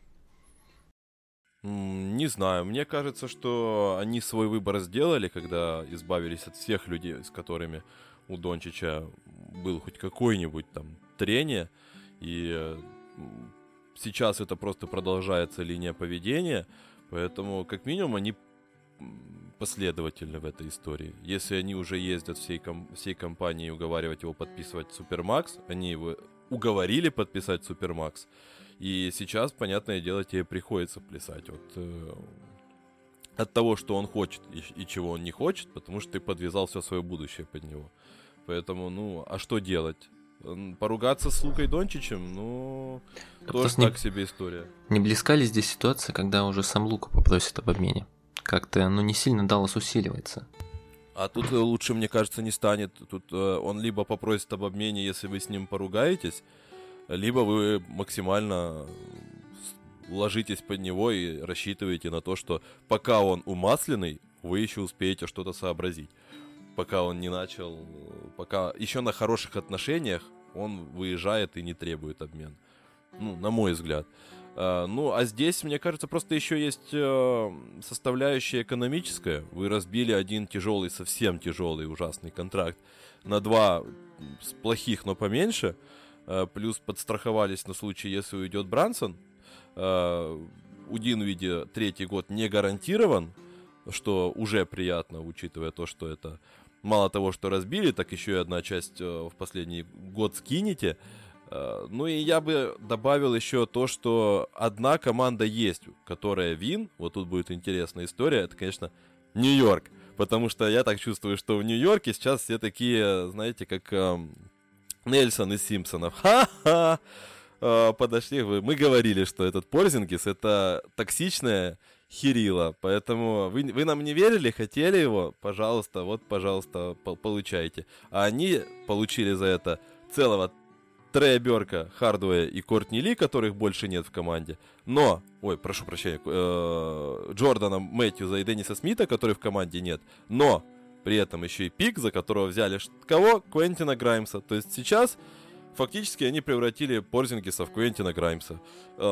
Не знаю, мне кажется, что они свой выбор сделали, когда избавились от всех людей, с которыми у Дончича был хоть какой-нибудь там трение, и сейчас это просто продолжается линия поведения, поэтому как минимум они последовательны в этой истории. Если они уже ездят всей компанией уговаривать его подписывать Супермакс, они его уговорили подписать Супермакс, и сейчас, понятное дело, тебе приходится плясать от того, что он хочет и чего он не хочет, потому что ты подвязал все свое будущее под него. Поэтому, а что делать? Поругаться с Лукой Дончичем, тоже так себе история. Не близка ли здесь ситуация, когда уже сам Лука попросит об обмене? Как-то, не сильно Даллас усиливается. А тут лучше, мне кажется, не станет. Тут он либо попросит об обмене, если вы с ним поругаетесь, либо вы максимально ложитесь под него и рассчитываете на то, что пока он умасленный, вы еще успеете что-то сообразить. Пока он не начал, пока еще на хороших отношениях, он выезжает и не требует обмен. На мой взгляд. А здесь, мне кажется, просто еще есть составляющая экономическая. Вы разбили один тяжелый, совсем тяжелый, ужасный контракт на 2 плохих, но поменьше. Плюс подстраховались на случай, если уйдет Брансон. У Динвиди 3-й год не гарантирован, что уже приятно, учитывая то, что это мало того, что разбили, так еще и одна часть в последний год скинете. И я бы добавил еще то, что одна команда есть, которая вин. Вот тут будет интересная история. Это, конечно, Нью-Йорк. Потому что я так чувствую, что в Нью-Йорке сейчас все такие, знаете, как Нельсон из Симпсонов. Ха-ха! Подошли вы. Мы говорили, что этот Порзингис — это токсичная херила. Поэтому вы нам не верили, хотели его? Пожалуйста, пожалуйста, получайте. А они получили за это целого Трея Бёрка, Хардуэя и Кортни Ли, которых больше нет в команде. Но, прошу прощения, Джордана Мэтьюза и Денниса Смита, которых в команде нет. Но при этом еще и пик, за которого взяли кого? Квентина Граймса. То есть сейчас фактически они превратили Порзингиса в Квентина Граймса.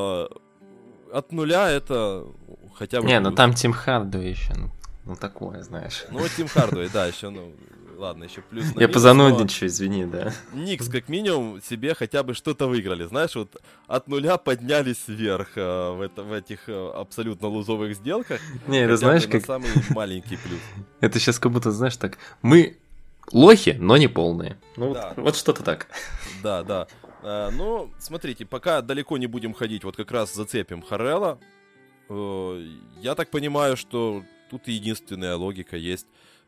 От нуля это хотя бы... Не, там Тим Хардуэй еще, такое, знаешь. Тим Хардуэй, да, еще, ладно, еще плюс на Я позанудничаю, извини, да. Никс, как минимум, себе хотя бы что-то выиграли. Знаешь, от нуля поднялись вверх в этих абсолютно лузовых сделках. Не, это знаешь, как... самый маленький плюс. Это сейчас как будто, знаешь, так, мы лохи, но не полные. Да. Вот что-то так. Да. Смотрите, пока далеко не будем ходить, вот как раз зацепим Харрелла. Я так понимаю, что тут единственная логика есть.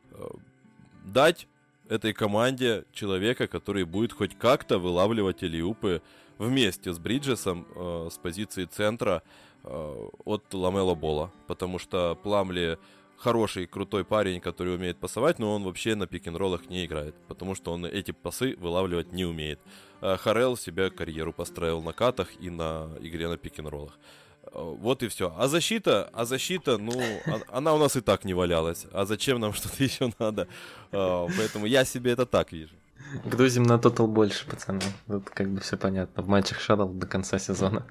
Дать этой команде человека, который будет хоть как-то вылавливать аллиупы вместе с Бриджесом с позиции центра от Ламело Болла. Потому что Пламли хороший, крутой парень, который умеет пасовать, но он вообще на пик-н-роллах не играет. Потому что он эти пасы вылавливать не умеет. Харрелл себе карьеру построил на катах и на игре на пик-н-роллах. Вот и все. А защита, она у нас и так не валялась. А зачем нам что-то еще надо? Поэтому я себе это так вижу. Грузим на тотал больше, пацаны. Тут как бы все понятно. В матчах Шарлотт до конца сезона.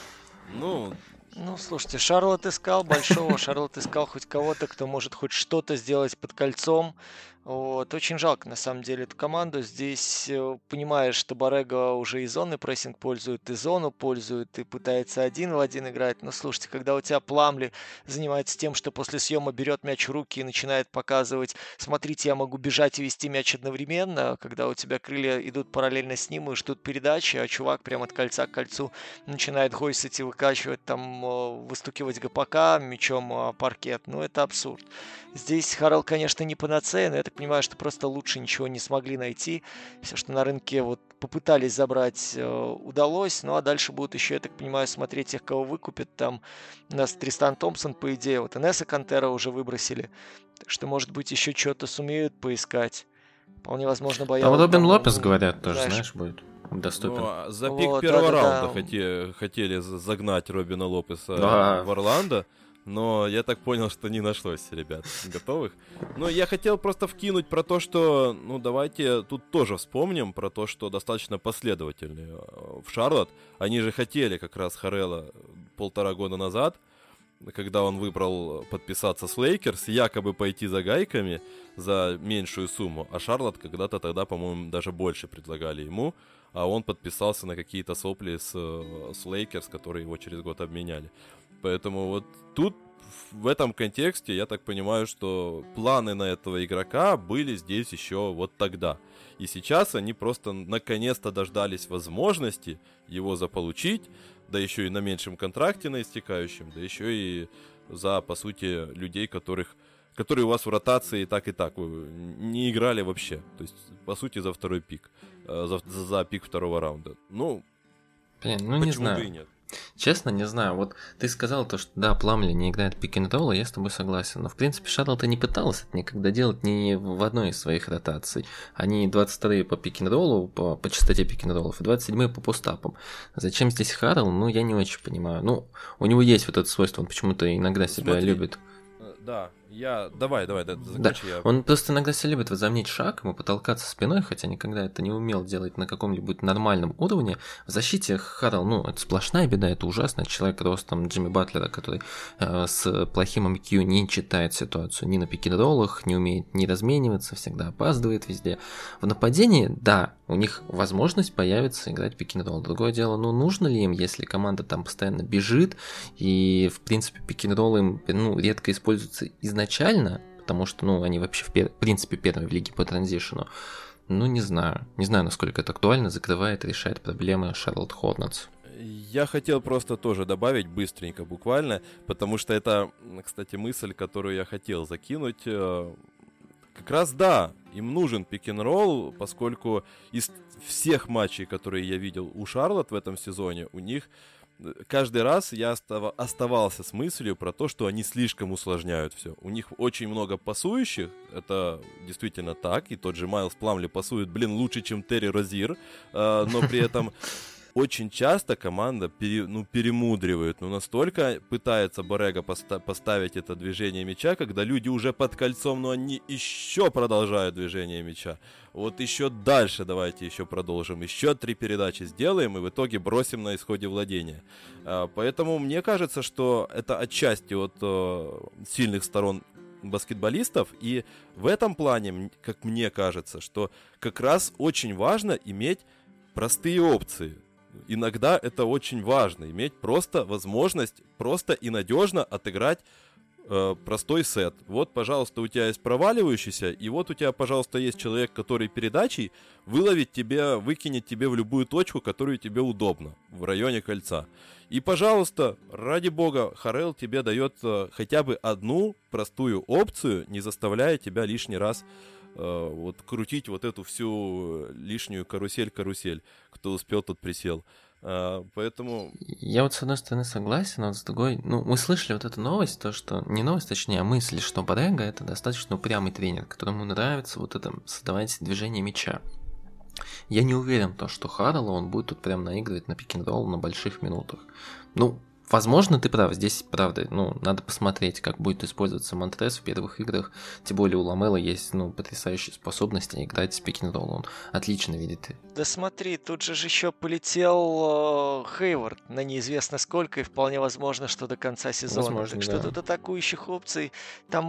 Слушайте, Шарлотт искал большого, Шарлотт искал хоть кого-то, кто может хоть что-то сделать под кольцом. Вот. Очень жалко, на самом деле, эту команду. Здесь понимаешь, что Барега уже и зонный прессинг пользует, и зону пользует, и пытается один в один играть. Но слушайте, когда у тебя Пламли занимается тем, что после съема берет мяч в руки и начинает показывать, смотрите, я могу бежать и вести мяч одновременно, когда у тебя крылья идут параллельно с ним и ждут передачи, а чувак прямо от кольца к кольцу начинает гойсить и выкачивать, там, выстукивать ГПК мячом паркет. Ну, это абсурд. Здесь Харрелл, конечно, не панацея, но я так понимаю, что просто лучше ничего не смогли найти. Все, что на рынке вот попытались забрать, удалось. Ну, а дальше будут еще, я так понимаю, смотреть тех, кого выкупят. Там у нас Тристан Томпсон, по идее, вот Энеса Кантера уже выбросили. Так что, может быть, еще что-то сумеют поискать. Вполне возможно, А вот Робин там, Лопес, говорят, тоже, знаешь, будет доступен. Ну, за пик первого раунда хотели загнать Робина Лопеса в Орландо. Но я так понял, что не нашлось ребят готовых. Но я хотел просто вкинуть про то, что, ну, давайте тут тоже вспомним про то, что достаточно последовательные в Шарлотт. Они же хотели как раз Харрелла 1,5 года назад, когда он выбрал подписаться с Лейкерс, якобы пойти за гайками за меньшую сумму. А Шарлотт когда-то тогда, по-моему, даже больше предлагали ему. А он подписался на какие-то сопли с Лейкерс, которые его через год обменяли. Поэтому вот тут, в этом контексте, я так понимаю, что планы на этого игрока были здесь еще вот тогда. И сейчас они просто наконец-то дождались возможности его заполучить, да еще и на меньшем контракте, на истекающем, да еще и за, по сути, людей, которые у вас в ротации и так не играли вообще. То есть, по сути, за второй пик, за пик второго раунда. Ну, почему не знаю. Бы и нет? Честно, не знаю. Вот ты сказал то, что да, Пламли не играет пик-н-ролл, я с тобой согласен. Но в принципе Шарлотт не пыталась это никогда делать ни в одной из своих ротаций. Они 22-е по пик-н-роллу, по частоте пик-н-роллов, и 27-е по постапам. Зачем здесь Харрелл? Ну, я не очень понимаю. Ну, у него есть вот это свойство, он почему-то иногда себя любит. Да, давай, закончи. Да. Он просто иногда себя любит возомнить шаг, ему потолкаться спиной, хотя никогда это не умел делать на каком-нибудь нормальном уровне. В защите Харрелл, ну, это сплошная беда, это ужасно. Человек ростом Джимми Батлера, который с плохим MQ не читает ситуацию ни на пик-н-роллах, не умеет не размениваться, всегда опаздывает везде. В нападении, да, у них возможность появится играть пик-н-ролл. Другое дело, ну, нужно ли им, если команда там постоянно бежит, и, в принципе, пик-н-роллы им, ну, редко используются изначально, потому что, ну, они вообще, в принципе, первые в лиге по транзишену. Ну, не знаю, насколько это актуально, закрывает, решает проблемы Шарлотт Хорнетс. Я хотел просто тоже добавить быстренько, буквально, потому что это, кстати, мысль, которую я хотел закинуть. Как раз да, им нужен пик-н-ролл, поскольку из всех матчей, которые я видел у Шарлотт в этом сезоне, у них каждый раз я оставался с мыслью про то, что они слишком усложняют все. У них очень много пасующих, это действительно так, и тот же Майлз Пламли пасует, лучше, чем Терри Розир, но при этом очень часто команда перемудривает, настолько пытается Барега поставить это движение мяча, когда люди уже под кольцом, но они еще продолжают движение мяча. Вот еще дальше давайте еще продолжим, еще 3 передачи сделаем и в итоге бросим на исходе владения. Поэтому мне кажется, что это отчасти от сильных сторон баскетболистов, и в этом плане, как мне кажется, что как раз очень важно иметь простые опции. Иногда это очень важно, иметь просто возможность просто и надежно отыграть простой сет. Вот, пожалуйста, у тебя есть проваливающийся, и вот у тебя, пожалуйста, есть человек, который передачей выловит тебя, выкинет тебе в любую точку, которую тебе удобно, в районе кольца. И, пожалуйста, ради бога, Харрелл тебе дает хотя бы одну простую опцию, не заставляя тебя лишний раз вот крутить вот эту всю лишнюю карусель, кто успел, тот присел. Поэтому... Я вот с одной стороны согласен, а вот с другой... Ну, мы слышали вот эту новость, то, что... Не новость, точнее, а мысль, что Барега — это достаточно упрямый тренер, которому нравится вот это создавать движение мяча. Я не уверен, что Харрелла он будет тут прям наигрывать на пик-н-ролл на больших минутах. Ну, возможно, ты прав, здесь, правда, надо посмотреть, как будет использоваться Монтрез в первых играх, тем более у Ламела есть, потрясающие способности играть с пик-н-ролл, он отлично видит. Да смотри, тут же еще полетел Хейвард на неизвестно сколько, и вполне возможно, что до конца сезона. Возможно, так что да. тут атакующих опций, там мы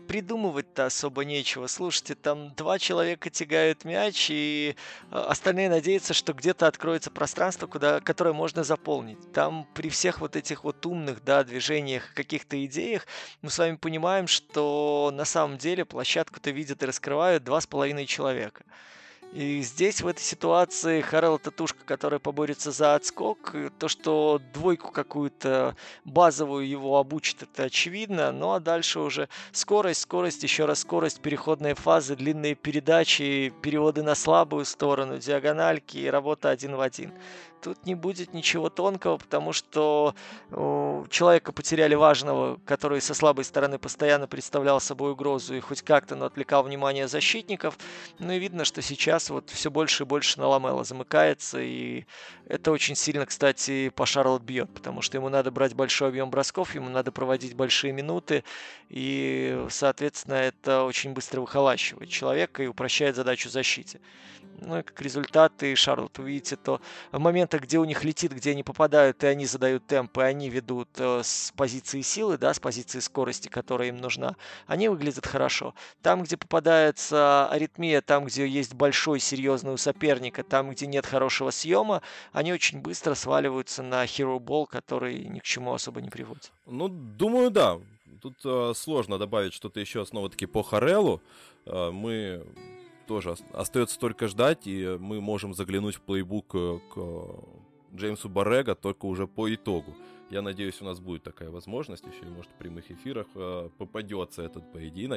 придумывать-то особо нечего. Слушайте, там 2 человека тягают мяч, и остальные надеются, что где-то откроется пространство, которое можно заполнить. Там при всех вот этих вот умных, да, движениях, каких-то идеях, мы с вами понимаем, что на самом деле площадку-то видят и раскрывают 2,5 человека. И здесь, в этой ситуации, Харрелл Татушка, которая поборется за отскок, то, что двойку какую-то базовую его обучит, это очевидно. Ну а дальше уже скорость, еще раз скорость, переходные фазы, длинные передачи, переводы на слабую сторону, диагональки и работа 1 в 1. Тут не будет ничего тонкого, потому что человека потеряли важного, который со слабой стороны постоянно представлял собой угрозу и хоть как-то, но отвлекал внимание защитников. Ну и видно, что сейчас вот все больше и больше на Ламело замыкается, и это очень сильно, кстати, по Шарлот бьет, потому что ему надо брать большой объем бросков, ему надо проводить большие минуты, и, соответственно, это очень быстро выхолащивает человека и упрощает задачу защите. Ну и как результат, и Шарлот, увидите, то в моментах, где у них летит, где они попадают, и они задают темп, и они ведут с позиции силы, да, с позиции скорости, которая им нужна, они выглядят хорошо. Там, где попадается аритмия, там, где есть большой, серьезный у соперника, там, где нет хорошего съема, они очень быстро сваливаются на hero ball, который ни к чему особо не приводит. Ну, думаю, да. Тут сложно добавить что-то еще снова-таки по Харреллу. Мы тоже остается только ждать, и мы можем заглянуть в плейбук к Джеймсу Боррега только уже по итогу. Я надеюсь, у нас будет такая возможность, еще и, может, в прямых эфирах попадется этот поединок.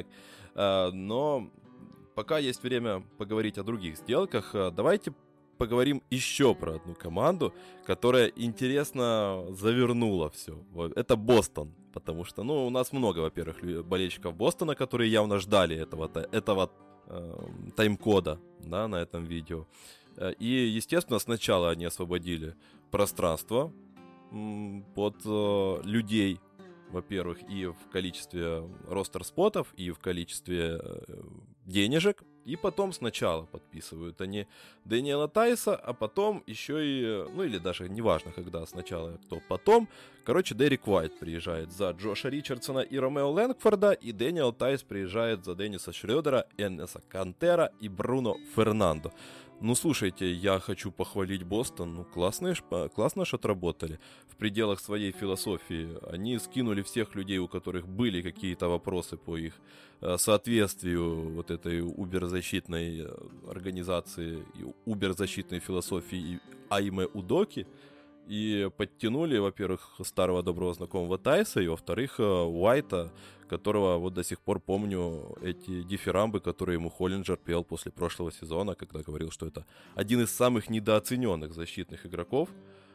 Но пока есть время поговорить о других сделках, давайте поговорим еще про одну команду, которая интересно завернула все. Это Бостон. Потому что, у нас много, во-первых, болельщиков Бостона, которые явно ждали этого тайм-кода, да, на этом видео. И, естественно, сначала они освободили пространство под людей, во-первых, и в количестве ростер-спотов, и в количестве денежек. И потом сначала подписывают они Дэниела Тайса, а потом еще и, или даже неважно, когда сначала, кто потом. Короче, Дерек Уайт приезжает за Джоша Ричардсона и Ромео Лэнгфорда, и Дэниел Тайс приезжает за Денниса Шрёдера, Эннеса Кантера и Бруно Фернандо. Слушайте, я хочу похвалить Бостон. Классно ж отработали. В пределах своей философии они скинули всех людей, у которых были какие-то вопросы по их соответствию вот этой убер-защитной организации, убер-защитной философии Айме Удоки. И подтянули, во-первых, старого доброго знакомого Тайса, и, во-вторых, Уайта, которого вот до сих пор помню эти дифирамбы, которые ему Холлинджер пел после прошлого сезона, когда говорил, что это один из самых недооцененных защитных игроков,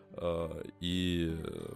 и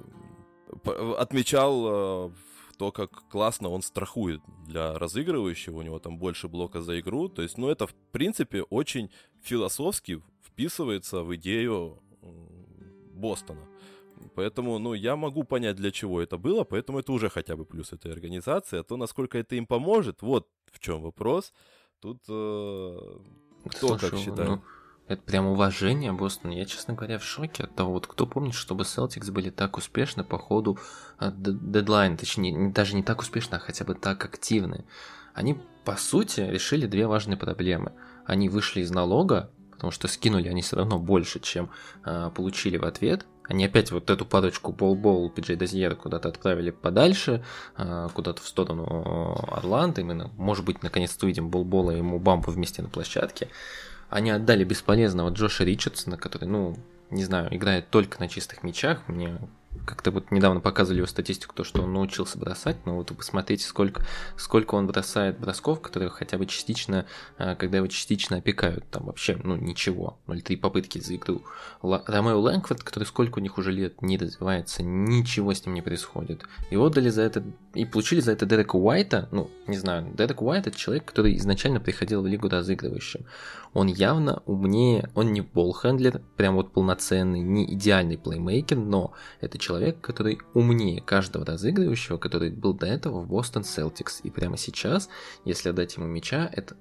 отмечал то, как классно он страхует для разыгрывающего, у него там больше блока за игру, то есть, это, в принципе, очень философски вписывается в идею Бостона. Поэтому, я могу понять, для чего это было, поэтому это уже хотя бы плюс этой организации, а то, насколько это им поможет, вот в чем вопрос. Тут кто как считает? Это прям уважение Бостона. Я, честно говоря, в шоке от того, кто помнит, чтобы Celtics были так успешны по ходу дедлайна, точнее, даже не так успешно, а хотя бы так активны. Они, по сути, решили 2 важные проблемы. Они вышли из налога, потому что скинули они все равно больше, чем получили в ответ. Они опять вот эту парочку Бол-Бол, Пиджей Дозьера куда-то отправили подальше, куда-то в сторону Орландо, и мы, может быть, наконец-то увидим Бол-Бола и Мубамбу вместе на площадке. Они отдали бесполезного Джоша Ричардсона, который, не знаю, играет только на чистых мячах. Мне как-то вот недавно показывали его статистику, то, что он научился бросать, но вот вы посмотрите, сколько он бросает бросков, которые хотя бы частично, когда его частично опекают, там вообще, ничего, 0,3 попытки за игру. Ромео Лэнгфорд, который сколько у них уже лет не развивается, ничего с ним не происходит. Его отдали за это, и получили за это Дерека Уайта, не знаю, Дерек Уайт — это человек, который изначально приходил в лигу разыгрывающим. Он явно умнее, он не болл-хендлер, прям вот полноценный, не идеальный плеймейкер, но это человек, который умнее каждого разыгрывающего, который был до этого в Бостон Селтикс. И прямо сейчас, если отдать ему мяч,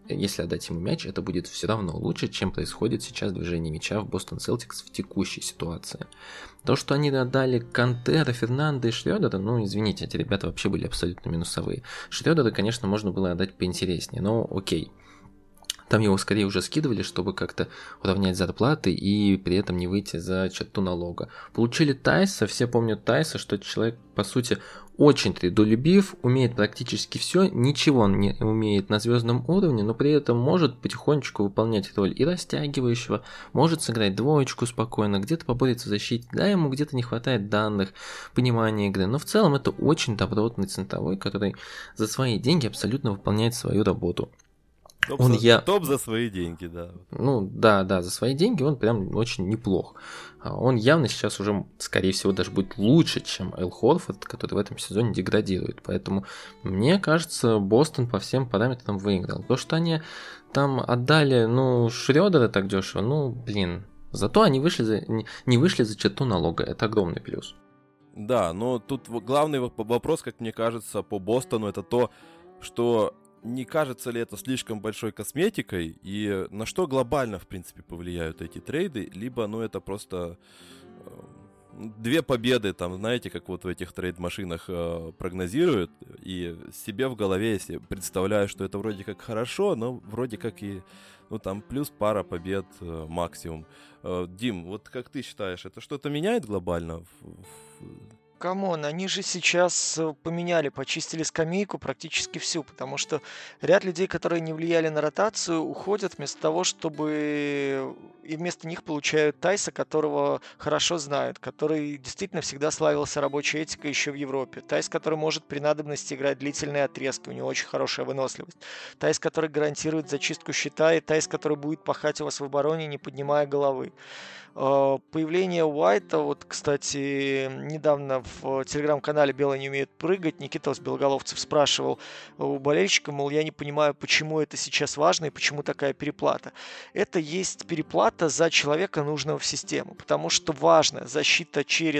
это будет все равно лучше, чем происходит сейчас движение мяча в Бостон Селтикс в текущей ситуации. То, что они отдали Кантера, Фернандо и Шрёдера, извините, эти ребята вообще были абсолютно минусовые. Шрёдера, конечно, можно было отдать поинтереснее, но окей. Там его скорее уже скидывали, чтобы как-то уравнять зарплаты и при этом не выйти за черту налога. Получили Тайса, все помнят Тайса, что человек, по сути, очень трудолюбив, умеет практически все, ничего он не умеет на звездном уровне, но при этом может потихонечку выполнять роль и растягивающего, может сыграть двоечку спокойно, где-то поборется в защите, да, ему где-то не хватает данных, понимания игры, но в целом это очень добротный центровой, который за свои деньги абсолютно выполняет свою работу. Топ за свои деньги, да. Да, за свои деньги он прям очень неплох. Он явно сейчас уже, скорее всего, даже будет лучше, чем Эл Хорфорд, который в этом сезоне деградирует. Поэтому, мне кажется, Бостон по всем параметрам выиграл. То, что они там отдали, Шрёдера так дешево, зато они не вышли за черту налога. Это огромный плюс. Да, но тут главный вопрос, как мне кажется, по Бостону, это то, что не кажется ли это слишком большой косметикой, и на что глобально, в принципе, повлияют эти трейды, либо, это просто 2 победы, там, знаете, как вот в этих трейд-машинах прогнозируют, и себе в голове, если представляю, что это вроде как хорошо, но вроде как и, там плюс пара побед максимум. Дим, вот как ты считаешь, это что-то меняет глобально Камон, они же сейчас поменяли, почистили скамейку практически всю, потому что ряд людей, которые не влияли на ротацию, уходят вместо того, чтобы и вместо них получают Тайса, которого хорошо знают, который действительно всегда славился рабочей этикой еще в Европе. Тайс, который может при надобности играть длительные отрезки, у него очень хорошая выносливость. Тайс, который гарантирует зачистку щита, и Тайс, который будет пахать у вас в обороне, не поднимая головы. Появление Уайта, вот, кстати, недавно в телеграм-канале «Белые не умеют прыгать» Никитос Белоголовцев спрашивал у болельщика, мол, я не понимаю, почему это сейчас важно и почему такая переплата. Это есть переплата за человека, нужного в систему, потому что важно защита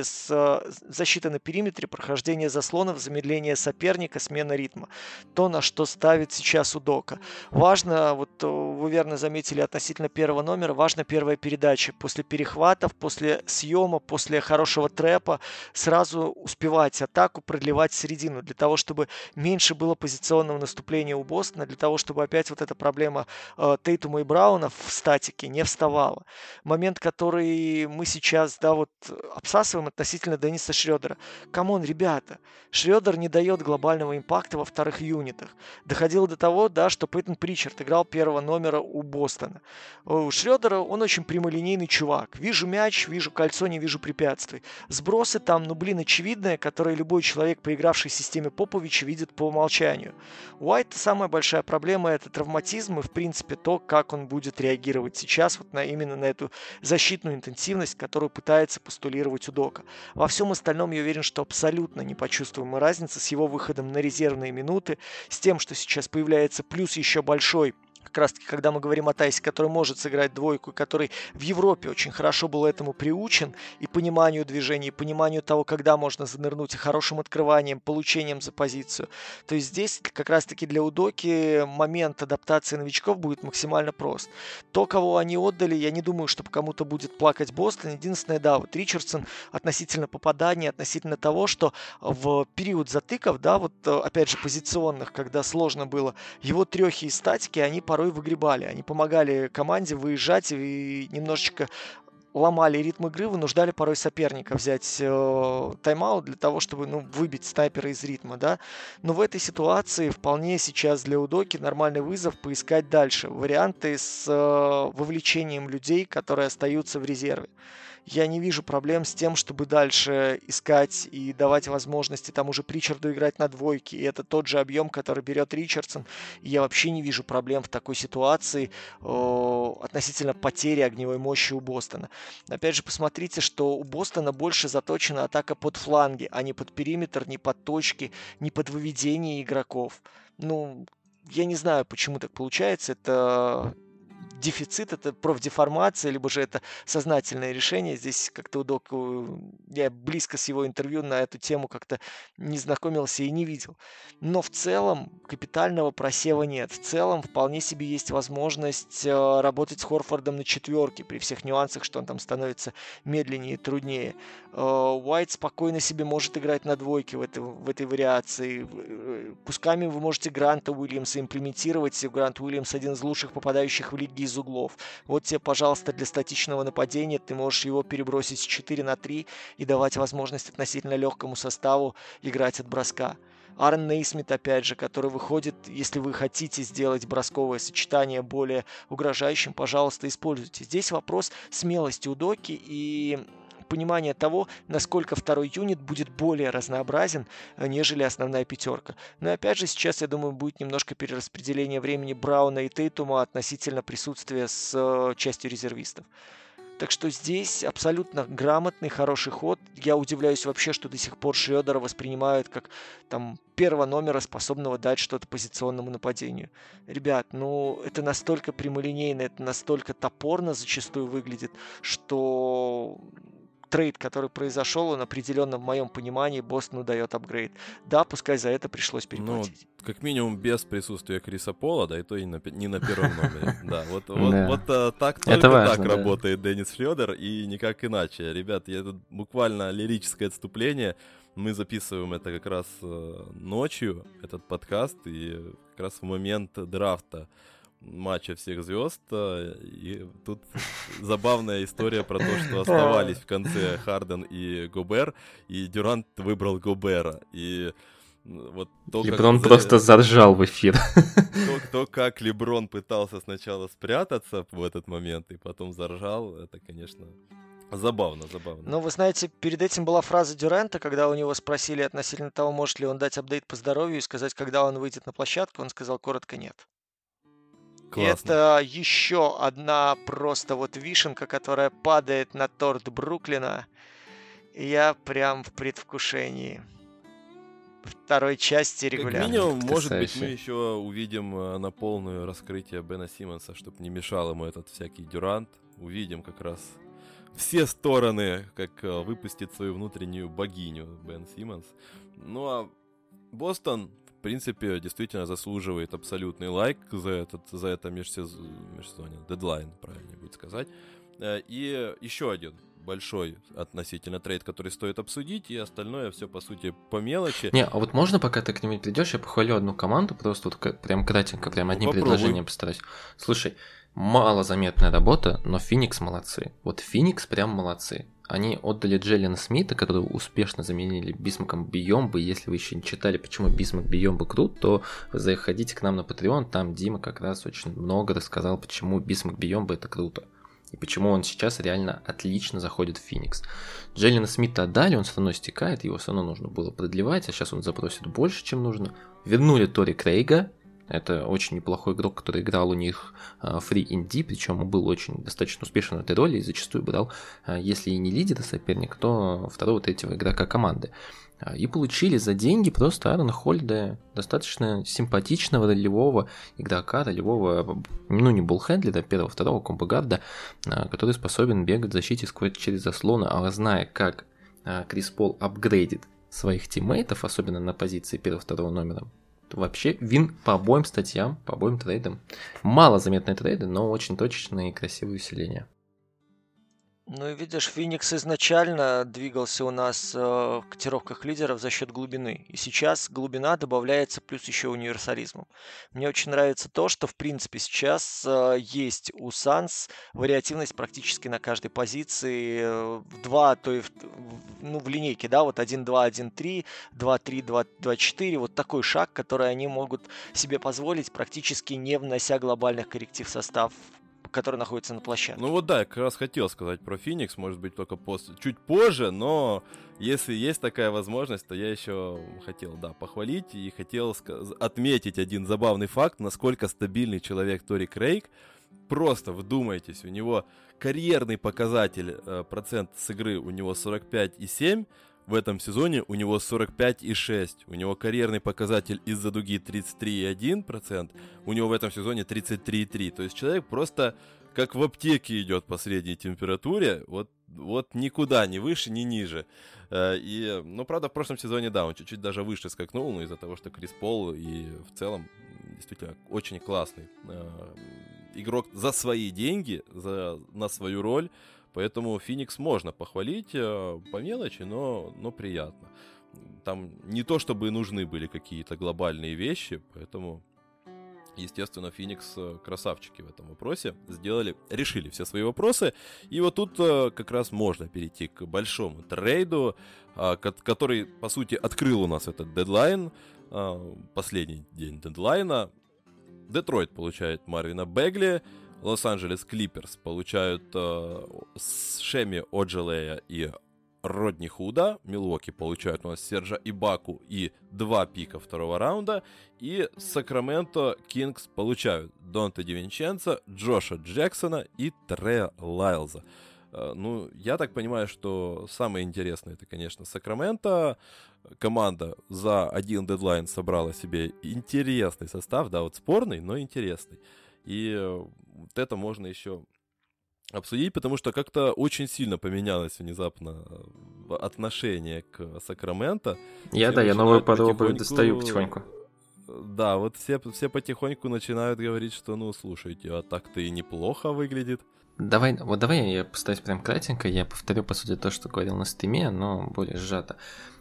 на периметре, прохождение заслонов, замедление соперника, смена ритма. То, на что ставит сейчас Удока. Важно, вот вы верно заметили относительно первого номера, важна первая передача. После перехватов, после съема, после хорошего трэпа сразу успевать атаку, продлевать середину, для того, чтобы меньше было позиционного наступления у Бостона, для того, чтобы опять вот эта проблема Тейтума и Брауна в статике не вставала. Момент, который мы сейчас, обсасываем относительно Денниса Шрёдера. Камон, ребята, Шрёдер не дает глобального импакта во вторых юнитах. Доходило до того, что Пейтон Причард играл первого номера у Бостона. У Шрёдера он очень прямолинейный чувак. Вижу мяч, вижу кольцо, не вижу препятствий. Сбросы там, очевидные, которые любой человек, поигравший в системе Поповича, видит по умолчанию. У Уайта самая большая проблема — это травматизм и, в принципе, то, как он будет реагировать сейчас именно на эту защитную интенсивность, которую пытается постулировать Удока. Во всем остальном я уверен, что абсолютно не почувствуем мы разницы с его выходом на резервные минуты, с тем, что сейчас появляется плюс еще большой, как раз таки, когда мы говорим о Тайсе, который может сыграть двойку, который в Европе очень хорошо был этому приучен, и пониманию движений, и пониманию того, когда можно занырнуть, и хорошим открыванием, получением за позицию. То есть здесь как раз таки для Удоки момент адаптации новичков будет максимально прост. То, кого они отдали, я не думаю, что кому-то будет плакать Бостон. Единственное, Ричардсон относительно попаданий, относительно того, что в период затыков, опять же, позиционных, когда сложно было, его трехи и статики, они порой выгребали. Они помогали команде выезжать и немножечко ломали ритм игры, вынуждали порой соперника взять тайм-аут для того, чтобы выбить снайпера из ритма. Но в этой ситуации вполне сейчас для Удоки нормальный вызов поискать дальше. Варианты с вовлечением людей, которые остаются в резерве. Я не вижу проблем с тем, чтобы дальше искать и давать возможности тому же Причарду играть на двойке. И это тот же объем, который берет Ричардсон. И я вообще не вижу проблем в такой ситуации относительно потери огневой мощи у Бостона. Опять же, посмотрите, что у Бостона больше заточена атака под фланги, а не под периметр, не под точки, не под выведение игроков. Я не знаю, почему так получается. Это дефицит, это профдеформация, либо же это сознательное решение. Здесь как-то я близко с его интервью на эту тему как-то не знакомился и не видел. Но в целом капитального просева нет. В целом вполне себе есть возможность работать с Хорфордом на четверке при всех нюансах, что он там становится медленнее и труднее. Уайт спокойно себе может играть на двойке в этой вариации. Кусками вы можете Гранта Уильямса имплементировать. Грант Уильямс один из лучших попадающих в лиге из углов. Вот тебе, пожалуйста, для статичного нападения ты можешь его перебросить с 4 на 3 и давать возможность относительно легкому составу играть от броска. Аарон Нейсмит, опять же, который выходит, если вы хотите сделать бросковое сочетание более угрожающим, пожалуйста, используйте. Здесь вопрос смелости у Доки и понимание того, насколько второй юнит будет более разнообразен, нежели основная пятерка. Но опять же, сейчас, я думаю, будет немножко перераспределение времени Брауна и Тейтума относительно присутствия с частью резервистов. Так что здесь абсолютно грамотный, хороший ход. Я удивляюсь вообще, что до сих пор Шрёдера воспринимают как там первого номера, способного дать что-то позиционному нападению. Ребят, это настолько прямолинейно, это настолько топорно зачастую выглядит, что трейд, который произошел, он определенно в моем понимании Бостону дает апгрейд. Да, пускай за это пришлось переплатить. Как минимум без присутствия Криса Пола, да, и то и не на первом номере. Да, вот так только так работает Деннис Шрёдер, и никак иначе. Ребят, это буквально лирическое отступление. Мы записываем это как раз ночью, этот подкаст, и как раз в момент драфта матча всех звезд, и тут забавная история про то, что оставались в конце Харден и Гобер, и Дюрант выбрал Гобера, и вот Леброн просто заржал в эфир. То, как Леброн пытался сначала спрятаться в этот момент, и потом заржал, это, конечно, забавно. Ну, вы знаете, перед этим была фраза Дюранта, когда у него спросили относительно того, может ли он дать апдейт по здоровью и сказать, когда он выйдет на площадку, он сказал коротко нет. Классно. Это еще одна просто вишенка, которая падает на торт Бруклина. И я прям в предвкушении второй части регулярной. Как минимум, может быть, мы еще увидим на полное раскрытие Бена Симмонса, чтобы не мешал ему этот всякий Дюрант. Увидим как раз все стороны, как выпустит свою внутреннюю богиню Бен Симмонс. Ну а Бостон, в принципе, действительно заслуживает абсолютный лайк за это межсезонье. Дедлайн, правильнее будет сказать. И еще один большой относительно трейд, который стоит обсудить, и остальное все, по сути, по мелочи. Не, а вот можно, пока ты к нему придешь, я похвалю одну команду, просто вот прям кратенько, прям одним предложением постараюсь. Слушай, малозаметная работа, но Феникс молодцы. Вот Феникс прям молодцы. Они отдали Джеллена Смита, которого успешно заменили Бисмаком Бийомбо. Если вы еще не читали, почему Бисмак Бийомбо крут, то заходите к нам на Patreon, там Дима как раз очень много рассказал, почему Бисмак Бийомбо это круто. И почему он сейчас реально отлично заходит в Феникс. Джеллена Смита отдали, он все равно стекает, его все равно нужно было продлевать, а сейчас он запросит больше, чем нужно. Вернули Тори Крейга. Это очень неплохой игрок, который играл у них Free and D, причем он был очень достаточно успешен в этой роли и зачастую брал, если и не лидера соперника, то второго-третьего игрока команды. И получили за деньги просто Аарона Холлидея, достаточно симпатичного ролевого игрока, ролевого, не боллхендлера, первого-второго комбо-гарда, который способен бегать в защите через заслоны, а зная, как Крис Пол апгрейдит своих тиммейтов, особенно на позиции первого-второго номера, вообще вин по обоим статьям, по обоим трейдам. Мало заметные трейды, но очень точечные и красивые усиления. Ну и видишь, Феникс изначально двигался у нас в котировках лидеров за счет глубины. И сейчас глубина добавляется плюс еще универсализмом. Мне очень нравится то, что в принципе сейчас есть у Санс вариативность практически на каждой позиции. В 2, то и в линейке, да, вот 1-2, 1-3, 2-3, 2-4. Вот такой шаг, который они могут себе позволить, практически не внося глобальных корректив в состав, который находится на площадке. Ну вот да, я как раз хотел сказать про Феникс, может быть, только чуть позже, но если есть такая возможность, то я еще хотел, похвалить и хотел отметить один забавный факт, насколько стабильный человек Тори Крейг. Просто вдумайтесь, у него карьерный показатель, процент с игры у него 45,7, в этом сезоне у него 45,6%. У него карьерный показатель из-за дуги 33,1%. У него в этом сезоне 33,3%. То есть человек просто как в аптеке идет по средней температуре. Вот никуда, ни выше, ни ниже. Правда, в прошлом сезоне, да, он чуть-чуть даже выше скакнул, но из-за того, что Крис Пол и в целом действительно очень классный игрок за свои деньги, на свою роль. Поэтому Феникс можно похвалить по мелочи, но приятно. Там не то, чтобы нужны были какие-то глобальные вещи, поэтому, естественно, Феникс красавчики в этом вопросе. Решили все свои вопросы. И вот тут как раз можно перейти к большому трейду, который, по сути, открыл у нас этот дедлайн, последний день дедлайна. Детройт получает Марвина Бегли, Лос-Анджелес Клиперс получают Шеми Оджелея и Родни Худа. Милуоки получают у нас Сержа Ибаку и 2 пика второго раунда. И Сакраменто Кингс получают Донте Дивинченцо, Джоша Джексона и Трея Лайлза. Я так понимаю, что самое интересное это, конечно, Сакраменто. Команда за один дедлайн собрала себе интересный состав, да, вот спорный, но интересный. И вот это можно еще обсудить, потому что как-то очень сильно поменялось внезапно отношение к Сакраменто. Я новую подробу достаю потихоньку. Да, вот все потихоньку начинают говорить, что, слушайте, а так-то и неплохо выглядит. Давай я постараюсь прям кратенько, я повторю, по сути, то, что говорил на стриме, но более сжато.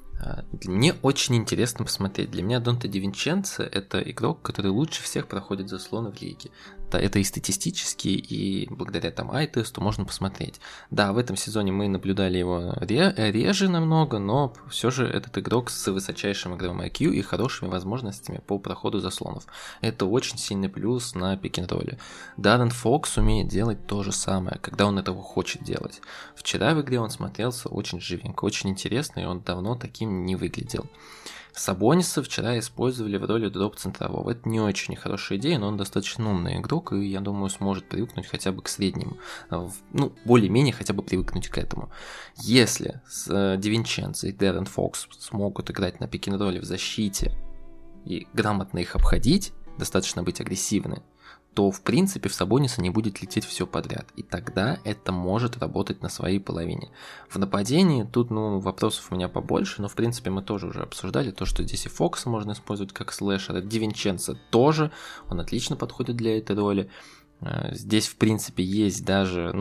Мне очень интересно посмотреть. Для меня Донте Дивинченцо — это игрок, который лучше всех проходит заслоны в лиге. Да, это и статистически, и благодаря ай-тесту можно посмотреть. Да, в этом сезоне мы наблюдали его реже намного, но все же этот игрок с высочайшим игровым IQ и хорошими возможностями по проходу заслонов. Это очень сильный плюс на пик-н-ролле. Даррен Фокс умеет делать то же самое, когда он этого хочет делать. Вчера в игре он смотрелся очень живенько, очень интересно, и он давно таким не выглядел. Сабониса вчера использовали в роли дроп-центрового. Это не очень хорошая идея, но он достаточно умный игрок, и, я думаю, сможет привыкнуть хотя бы к среднему. Более-менее хотя бы привыкнуть к этому. Если Дивинченцо и Даррен Фокс смогут играть на пик-н-ролле в защите и грамотно их обходить, достаточно быть агрессивны, то, в принципе, в Сабониса не будет лететь все подряд. И тогда это может работать на своей половине. В нападении тут, вопросов у меня побольше, но, в принципе, мы тоже уже обсуждали то, что здесь и Фокса можно использовать как слэшера. Дивинченцо тоже, он отлично подходит для этой роли. Здесь, в принципе, есть даже,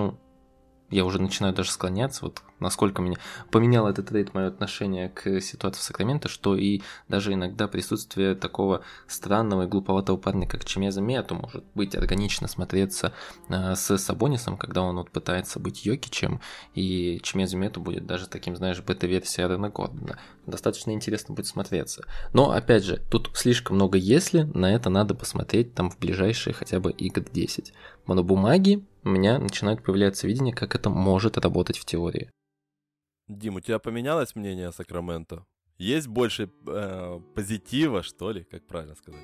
я уже начинаю даже склоняться, вот насколько меня поменял этот трейд мое отношение к ситуации в Сакраменто, что и даже иногда присутствие такого странного и глуповатого парня, как Чимеза Мету, может быть органично смотреться с Сабонисом, когда он вот пытается быть Йокичем, и Чимеза Мету будет даже таким, бета-версией Аарона Гордона. Достаточно интересно будет смотреться. Но, опять же, тут слишком много «если», на это надо посмотреть там в ближайшие хотя бы игр 10. Но на бумаге у меня начинает появляться видение, как это может работать в теории. Дим, у тебя поменялось мнение о Сакраменто? Есть больше позитива, что ли, как правильно сказать?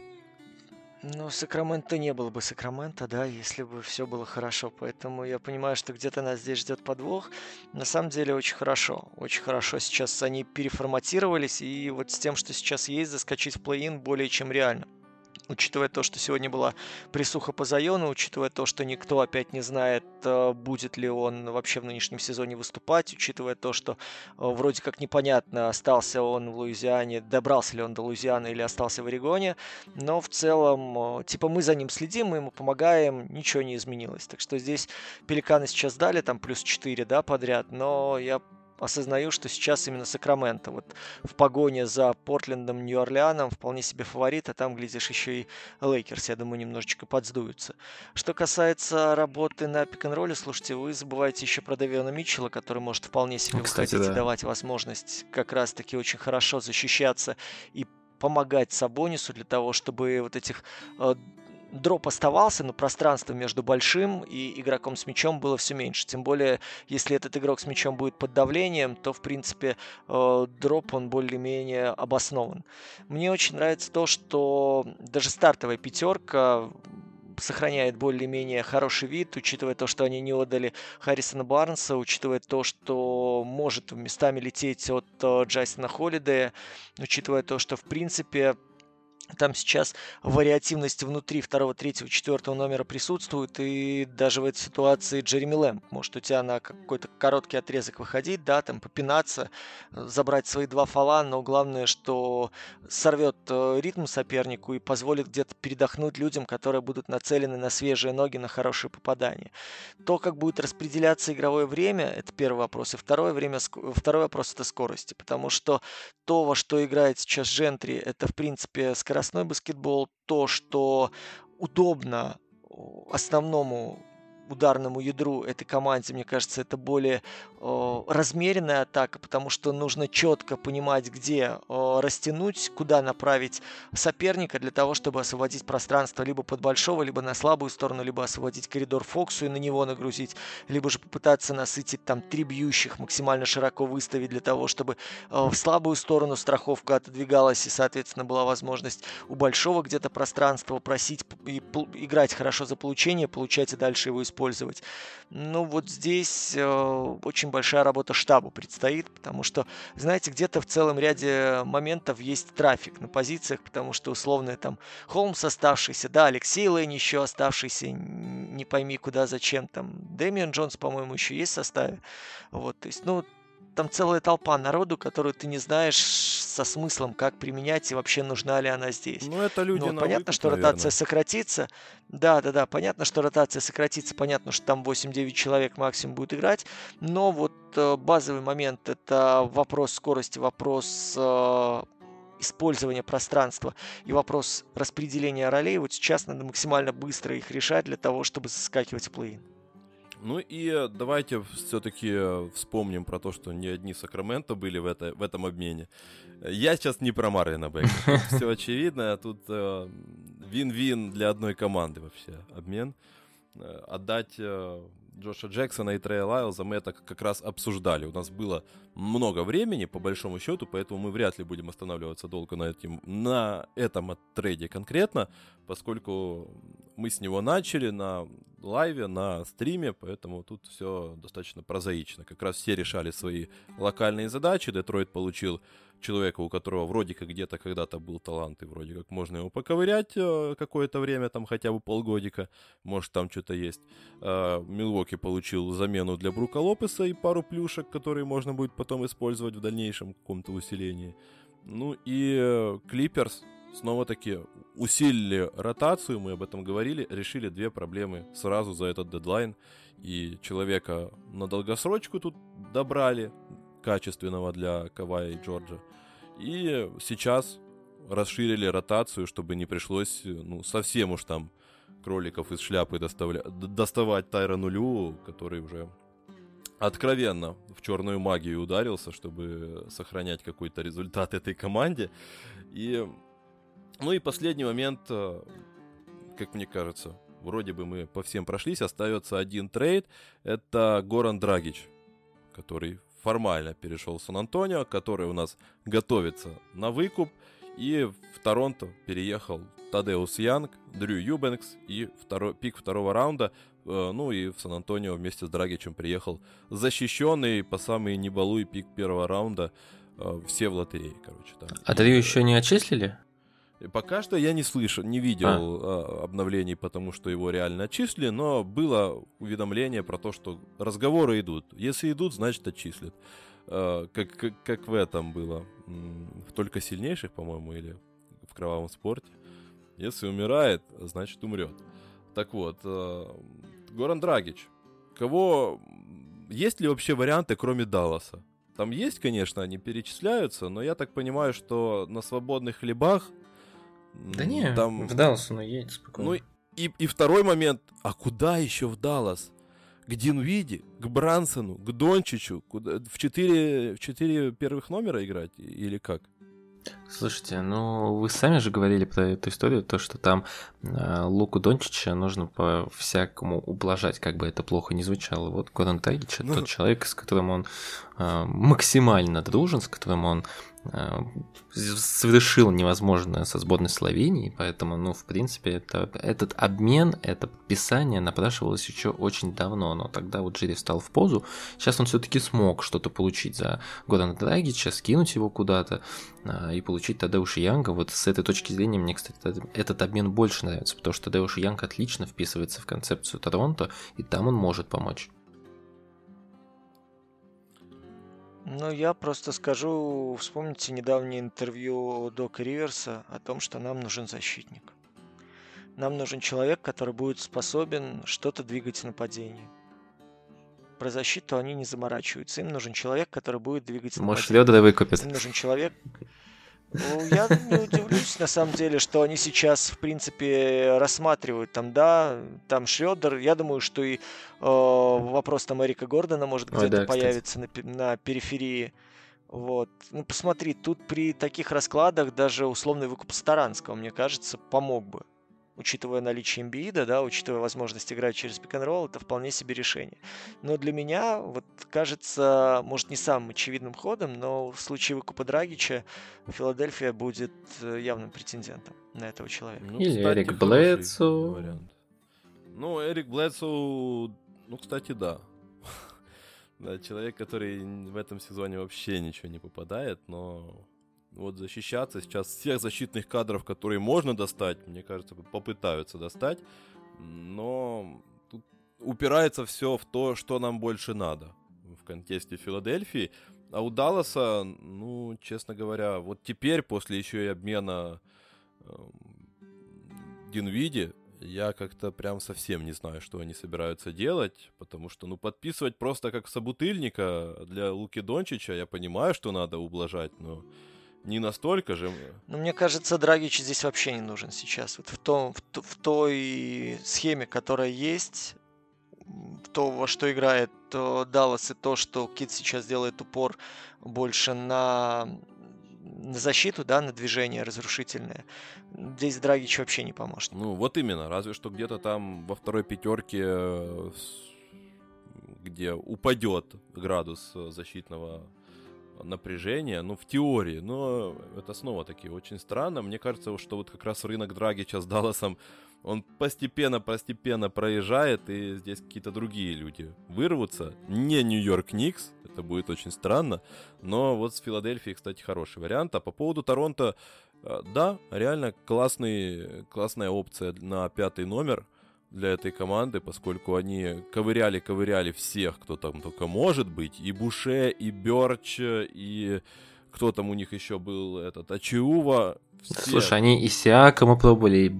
Сакраменто не было бы Сакраменто, да, если бы все было хорошо. Поэтому я понимаю, что где-то нас здесь ждет подвох. На самом деле очень хорошо. Очень хорошо сейчас они переформатировались. И вот с тем, что сейчас есть, заскочить в плей-ин более чем реально. Учитывая то, что сегодня была присуха по Зайону, учитывая то, что никто опять не знает, будет ли он вообще в нынешнем сезоне выступать, учитывая то, что вроде как непонятно, остался он в Луизиане, добрался ли он до Луизианы или остался в Орегоне, но в целом, мы за ним следим, мы ему помогаем, ничего не изменилось. Так что здесь Пеликаны сейчас дали там плюс 4, да, подряд, но я осознаю, что сейчас именно Сакраменто вот в погоне за Портлендом, Нью-Орлеаном вполне себе фаворит, а там, глядишь, еще и Лейкерс, я думаю, немножечко подсдуются. Что касается работы на пик-н-ролле, слушайте, вы забываете еще про Девиона Митчелла, который может вполне себе, кстати, выходить и давать возможность как раз-таки очень хорошо защищаться и помогать Сабонису для того, чтобы вот этих дроп оставался, но пространство между большим и игроком с мячом было все меньше. Тем более, если этот игрок с мячом будет под давлением, то, в принципе, дроп, он более-менее обоснован. Мне очень нравится то, что даже стартовая пятерка сохраняет более-менее хороший вид, учитывая то, что они не отдали Харрисона Барнса, учитывая то, что может местами лететь от Джастина Холлидея, учитывая то, что в принципе там сейчас вариативность внутри 2, 3, 4 номера присутствует, и даже в этой ситуации Джереми Лэмб может у тебя на какой-то короткий отрезок выходить, да, там попинаться, забрать свои 2 фола, но главное, что сорвет ритм сопернику и позволит где-то передохнуть людям, которые будут нацелены на свежие ноги, на хорошие попадания. То, как будет распределяться игровое время, это первый вопрос, и второй вопрос это скорости, потому что то, во что играет сейчас Джентри, это в принципе скоростной баскетбол, то, что удобно основному ударному ядру этой команде, мне кажется, это более размеренная атака, потому что нужно четко понимать, где растянуть, куда направить соперника для того, чтобы освободить пространство либо под большого, либо на слабую сторону, либо освободить коридор Фоксу и на него нагрузить, либо же попытаться насытить там 3 бьющих, максимально широко выставить для того, чтобы в слабую сторону страховка отодвигалась и, соответственно, была возможность у большого где-то пространства просить и играть хорошо за получение, получать и дальше его использовать. Ну, вот здесь очень большая работа штабу предстоит, потому что, знаете, где-то в целом ряде моментов есть трафик на позициях, потому что условно там Холмс оставшийся, да, Алексей Лейн еще оставшийся, не пойми куда, зачем, там Дэмиан Джонс, по-моему, еще есть в составе. Вот, то есть, ну, там целая толпа народу, которую ты не знаешь со смыслом, как применять и вообще нужна ли она здесь. Ну, это люди на понятно, выкуп, что наверное. ротация сократится. Да, понятно, что ротация сократится, понятно, что там 8-9 человек максимум будет играть, но вот базовый момент — это вопрос скорости, вопрос использования пространства и вопрос распределения ролей. Вот сейчас надо максимально быстро их решать для того, чтобы заскакивать в плей-ин. Ну и давайте все-таки вспомним про то, что не одни Сакраменто были в этом обмене. Я сейчас не про Марлина Бека. Все очевидно. Тут вин-вин для одной команды вообще обмен. Отдать Джоша Джексона и Трея Лайлза мы это как раз обсуждали. У нас было много времени, по большому счету, поэтому мы вряд ли будем останавливаться долго на этом трейде конкретно, поскольку мы с него начали на лайве, на стриме, поэтому тут все достаточно прозаично. Как раз все решали свои локальные задачи. Детройт получил человека, у которого вроде как где-то когда-то был талант, и вроде как можно его поковырять какое-то время, там хотя бы полгодика, может там что-то есть. Милуоки получил замену для Брука Лопеса и пару плюшек, которые можно будет потом использовать в дальнейшем каком-то усилении. Ну и Клиперс снова-таки усилили ротацию, мы об этом говорили, решили 2 проблемы сразу за этот дедлайн, и человека на долгосрочку тут добрали, качественного для Кавая и Джорджа. И сейчас расширили ротацию, чтобы не пришлось совсем уж там кроликов из шляпы доставать Тайрону Лю, который уже откровенно в черную магию ударился, чтобы сохранять какой-то результат этой команде. И последний момент, как мне кажется, вроде бы мы по всем прошлись, остается один трейд. Это Горан Драгич, который формально перешел в Сан-Антонио, который у нас готовится на выкуп. И в Торонто переехал Тадеус Янг, Дрю Юбенкс и пик 2-го раунда. Ну и в Сан-Антонио вместе с Драгичем приехал защищенный по самый небалуй пик 1-го раунда. Все в лотерее, короче. Там. А Дрю еще не отчислили? Пока что я не видел обновлений, потому что его реально отчислили, но было уведомление про то, что разговоры идут. Если идут, значит отчислят. Как в этом было. В «Только сильнейших», по-моему, или в «Кровавом спорте». Если умирает, значит умрет. Так вот, Горан Драгич. Есть ли вообще варианты, кроме Далласа? Там есть, конечно, они перечисляются, но я так понимаю, что на свободных хлебах да не, там... в Даллас он едет спокойно. Ну и второй момент, а куда еще в Даллас? К Динвиди, к Брансону, к Дончичу? В 4 первых номера играть или как? Слушайте, вы сами же говорили про эту историю, то, что там Луку Дончича нужно по-всякому ублажать, как бы это плохо не звучало. Вот Горан Драгич — это тот человек, с которым он максимально дружен, с которым он совершил невозможное со сборной Словении, поэтому, в принципе, этот обмен, это подписание напрашивалось еще очень давно, но тогда вот Джири встал в позу. Сейчас он все-таки смог что-то получить за Горана Драгича, скинуть его куда-то и получить Тадеуша Янга. Вот с этой точки зрения мне, кстати, этот обмен больше нравится, потому что Тадеуш Янг отлично вписывается в концепцию Торонто, и там он может помочь. Ну, я просто скажу, вспомните недавнее интервью Дока Риверса о том, что нам нужен защитник. Нам нужен человек, который будет способен что-то двигать в нападении. Про защиту они не заморачиваются. Им нужен человек, который будет двигать нападение. Может, Шрёдера выкупят. Им нужен человек... Ну, я не удивлюсь, на самом деле, что они сейчас, в принципе, рассматривают там Шрёдер. Я думаю, что и вопрос там Эрика Гордона может где-то появиться на периферии. Вот. Ну, посмотри, тут при таких раскладах даже условный выкуп Старанского, мне кажется, помог бы. Учитывая наличие Эмбиида, да, учитывая возможность играть через пик-н-ролл, это вполне себе решение. Но для меня, вот, кажется, может, не самым очевидным ходом, но в случае выкупа Драгича Филадельфия будет явным претендентом на этого человека. Или кстати, Эрик Блэдсоу. Эрик Блэдсоу, кстати, да. Да, человек, который в этом сезоне вообще ничего не попадает, но... Вот защищаться сейчас всех защитных кадров, которые можно достать, мне кажется, попытаются достать, но тут упирается все в то, что нам больше надо в контексте Филадельфии. А у Далласа, честно говоря, вот теперь, после еще и обмена Динвиди, я как-то прям совсем не знаю, что они собираются делать, потому что, подписывать просто как собутыльника для Луки Дончича, я понимаю, что надо ублажать, но... Не настолько же. Мне кажется, Драгич здесь вообще не нужен сейчас. Вот в той схеме, которая есть, то, во что играет Даллас, и то, что Кит сейчас делает упор больше на защиту, да, на движение разрушительное, здесь Драгич вообще не поможет. Вот именно. Разве что где-то там во второй пятерке, где упадет градус защитного напряжение, в теории, но это снова-таки очень странно. Мне кажется, что вот как раз рынок Драгича с Далласом, он постепенно проезжает, и здесь какие-то другие люди вырвутся. Не Нью-Йорк Никс, это будет очень странно, но вот с Филадельфией, кстати, хороший вариант. А по поводу Торонто, да, реально классная опция на 5-й номер для этой команды, поскольку они ковыряли всех, кто там только может быть, и Буше, и Бёрч, и кто там у них еще был, Ачиува. Слушай, они и Сиакама пробовали, и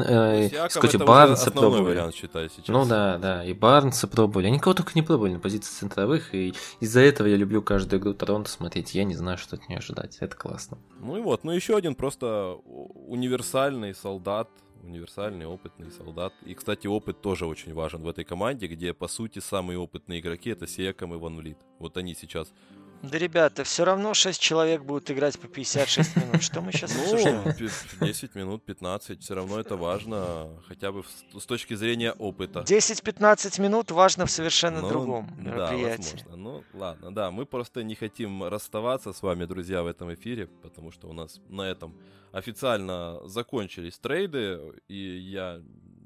Барнса пробовали. Вариант, считай, сейчас. Да, и Барнса пробовали. Они кого только не пробовали на позиции центровых, и из-за этого я люблю каждую игру Торонто смотреть. Я не знаю, что от нее ожидать. Это классно. Еще один просто универсальный солдат, универсальный, опытный солдат. И, кстати, опыт тоже очень важен в этой команде, где, по сути, самые опытные игроки — это Сиакам и Ван Влит. Вот они сейчас... Да, ребята, все равно 6 человек будут играть по 56 минут. Что мы сейчас обсуждаем? 10 минут, 15. Все равно это важно, хотя бы с точки зрения опыта. 10-15 минут важно в совершенно другом мероприятии. Да, возможно. Ладно, да, мы просто не хотим расставаться с вами, друзья, в этом эфире, потому что у нас на этом официально закончились трейды, и я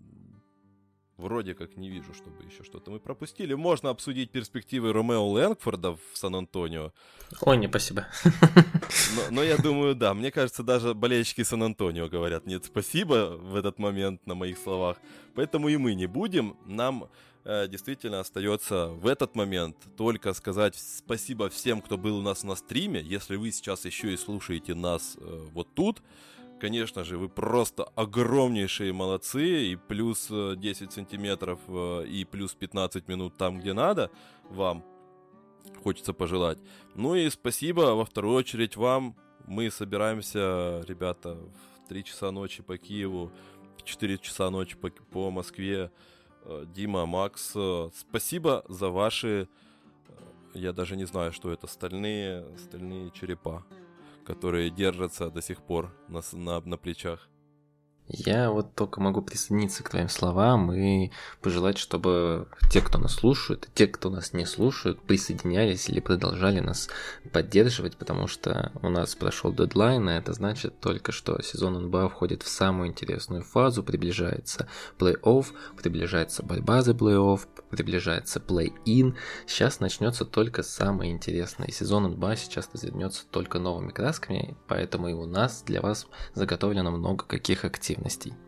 вроде как не вижу, чтобы еще что-то мы пропустили. Можно обсудить перспективы Ромео Лэнгфорда в Сан-Антонио. Ой, не спасибо. Но я думаю, да, мне кажется, даже болельщики Сан-Антонио говорят нет спасибо в этот момент на моих словах. Поэтому и мы не будем. Нам действительно остается в этот момент только сказать спасибо всем, кто был у нас на стриме. Если вы сейчас еще и слушаете нас вот тут, конечно же, вы просто огромнейшие молодцы, и плюс 10 сантиметров, и плюс 15 минут там, где надо, вам хочется пожелать. И спасибо во вторую очередь вам. Мы собираемся, ребята, в 3 часа ночи по Киеву, в 4 часа ночи по Москве. Дима, Макс, спасибо за ваши, я даже не знаю, что это, стальные черепа, которые держатся до сих пор на плечах. Я вот только могу присоединиться к твоим словам и пожелать, чтобы те, кто нас слушает, и те, кто нас не слушает, присоединялись или продолжали нас поддерживать, потому что у нас прошел дедлайн, а это значит только, что сезон НБА входит в самую интересную фазу, приближается плей-офф, приближается борьба за плей-офф, приближается плей-ин. Сейчас начнется только самое интересное. И сезон НБА сейчас развернется только новыми красками, поэтому и у нас для вас заготовлено много каких активностей.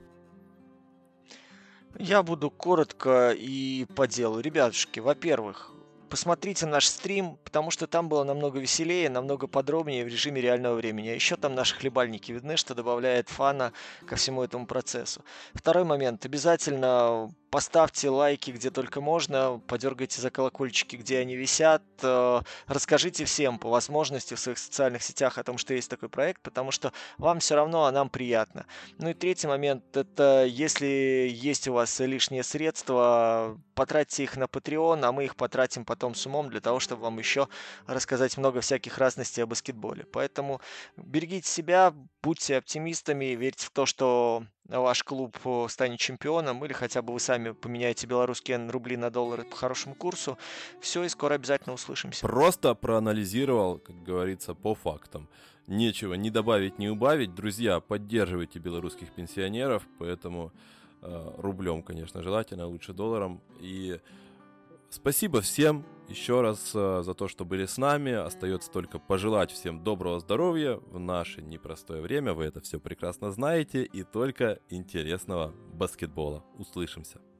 Я буду коротко и по делу. Ребятушки, во-первых, посмотрите наш стрим, потому что там было намного веселее, намного подробнее в режиме реального времени. А еще там наши хлебальники видны, что добавляет фана ко всему этому процессу. Второй момент. Обязательно поставьте лайки, где только можно, подергайте за колокольчики, где они висят, расскажите всем по возможности в своих социальных сетях о том, что есть такой проект, потому что вам все равно, а нам приятно. Ну и третий момент, это если есть у вас лишние средства, потратьте их на Patreon, а мы их потратим потом с умом для того, чтобы вам еще рассказать много всяких разностей о баскетболе. Поэтому берегите себя, будьте оптимистами, верьте в то, что ваш клуб станет чемпионом, или хотя бы вы сами поменяете белорусские рубли на доллары по хорошему курсу. Все, и скоро обязательно услышимся. Просто проанализировал, как говорится, по фактам. Нечего ни добавить, ни убавить. Друзья, поддерживайте белорусских пенсионеров, поэтому рублем, конечно, желательно, лучше долларом. И спасибо всем еще раз за то, что были с нами. Остается только пожелать всем доброго здоровья в наше непростое время. Вы это все прекрасно знаете. И только интересного баскетбола. Услышимся.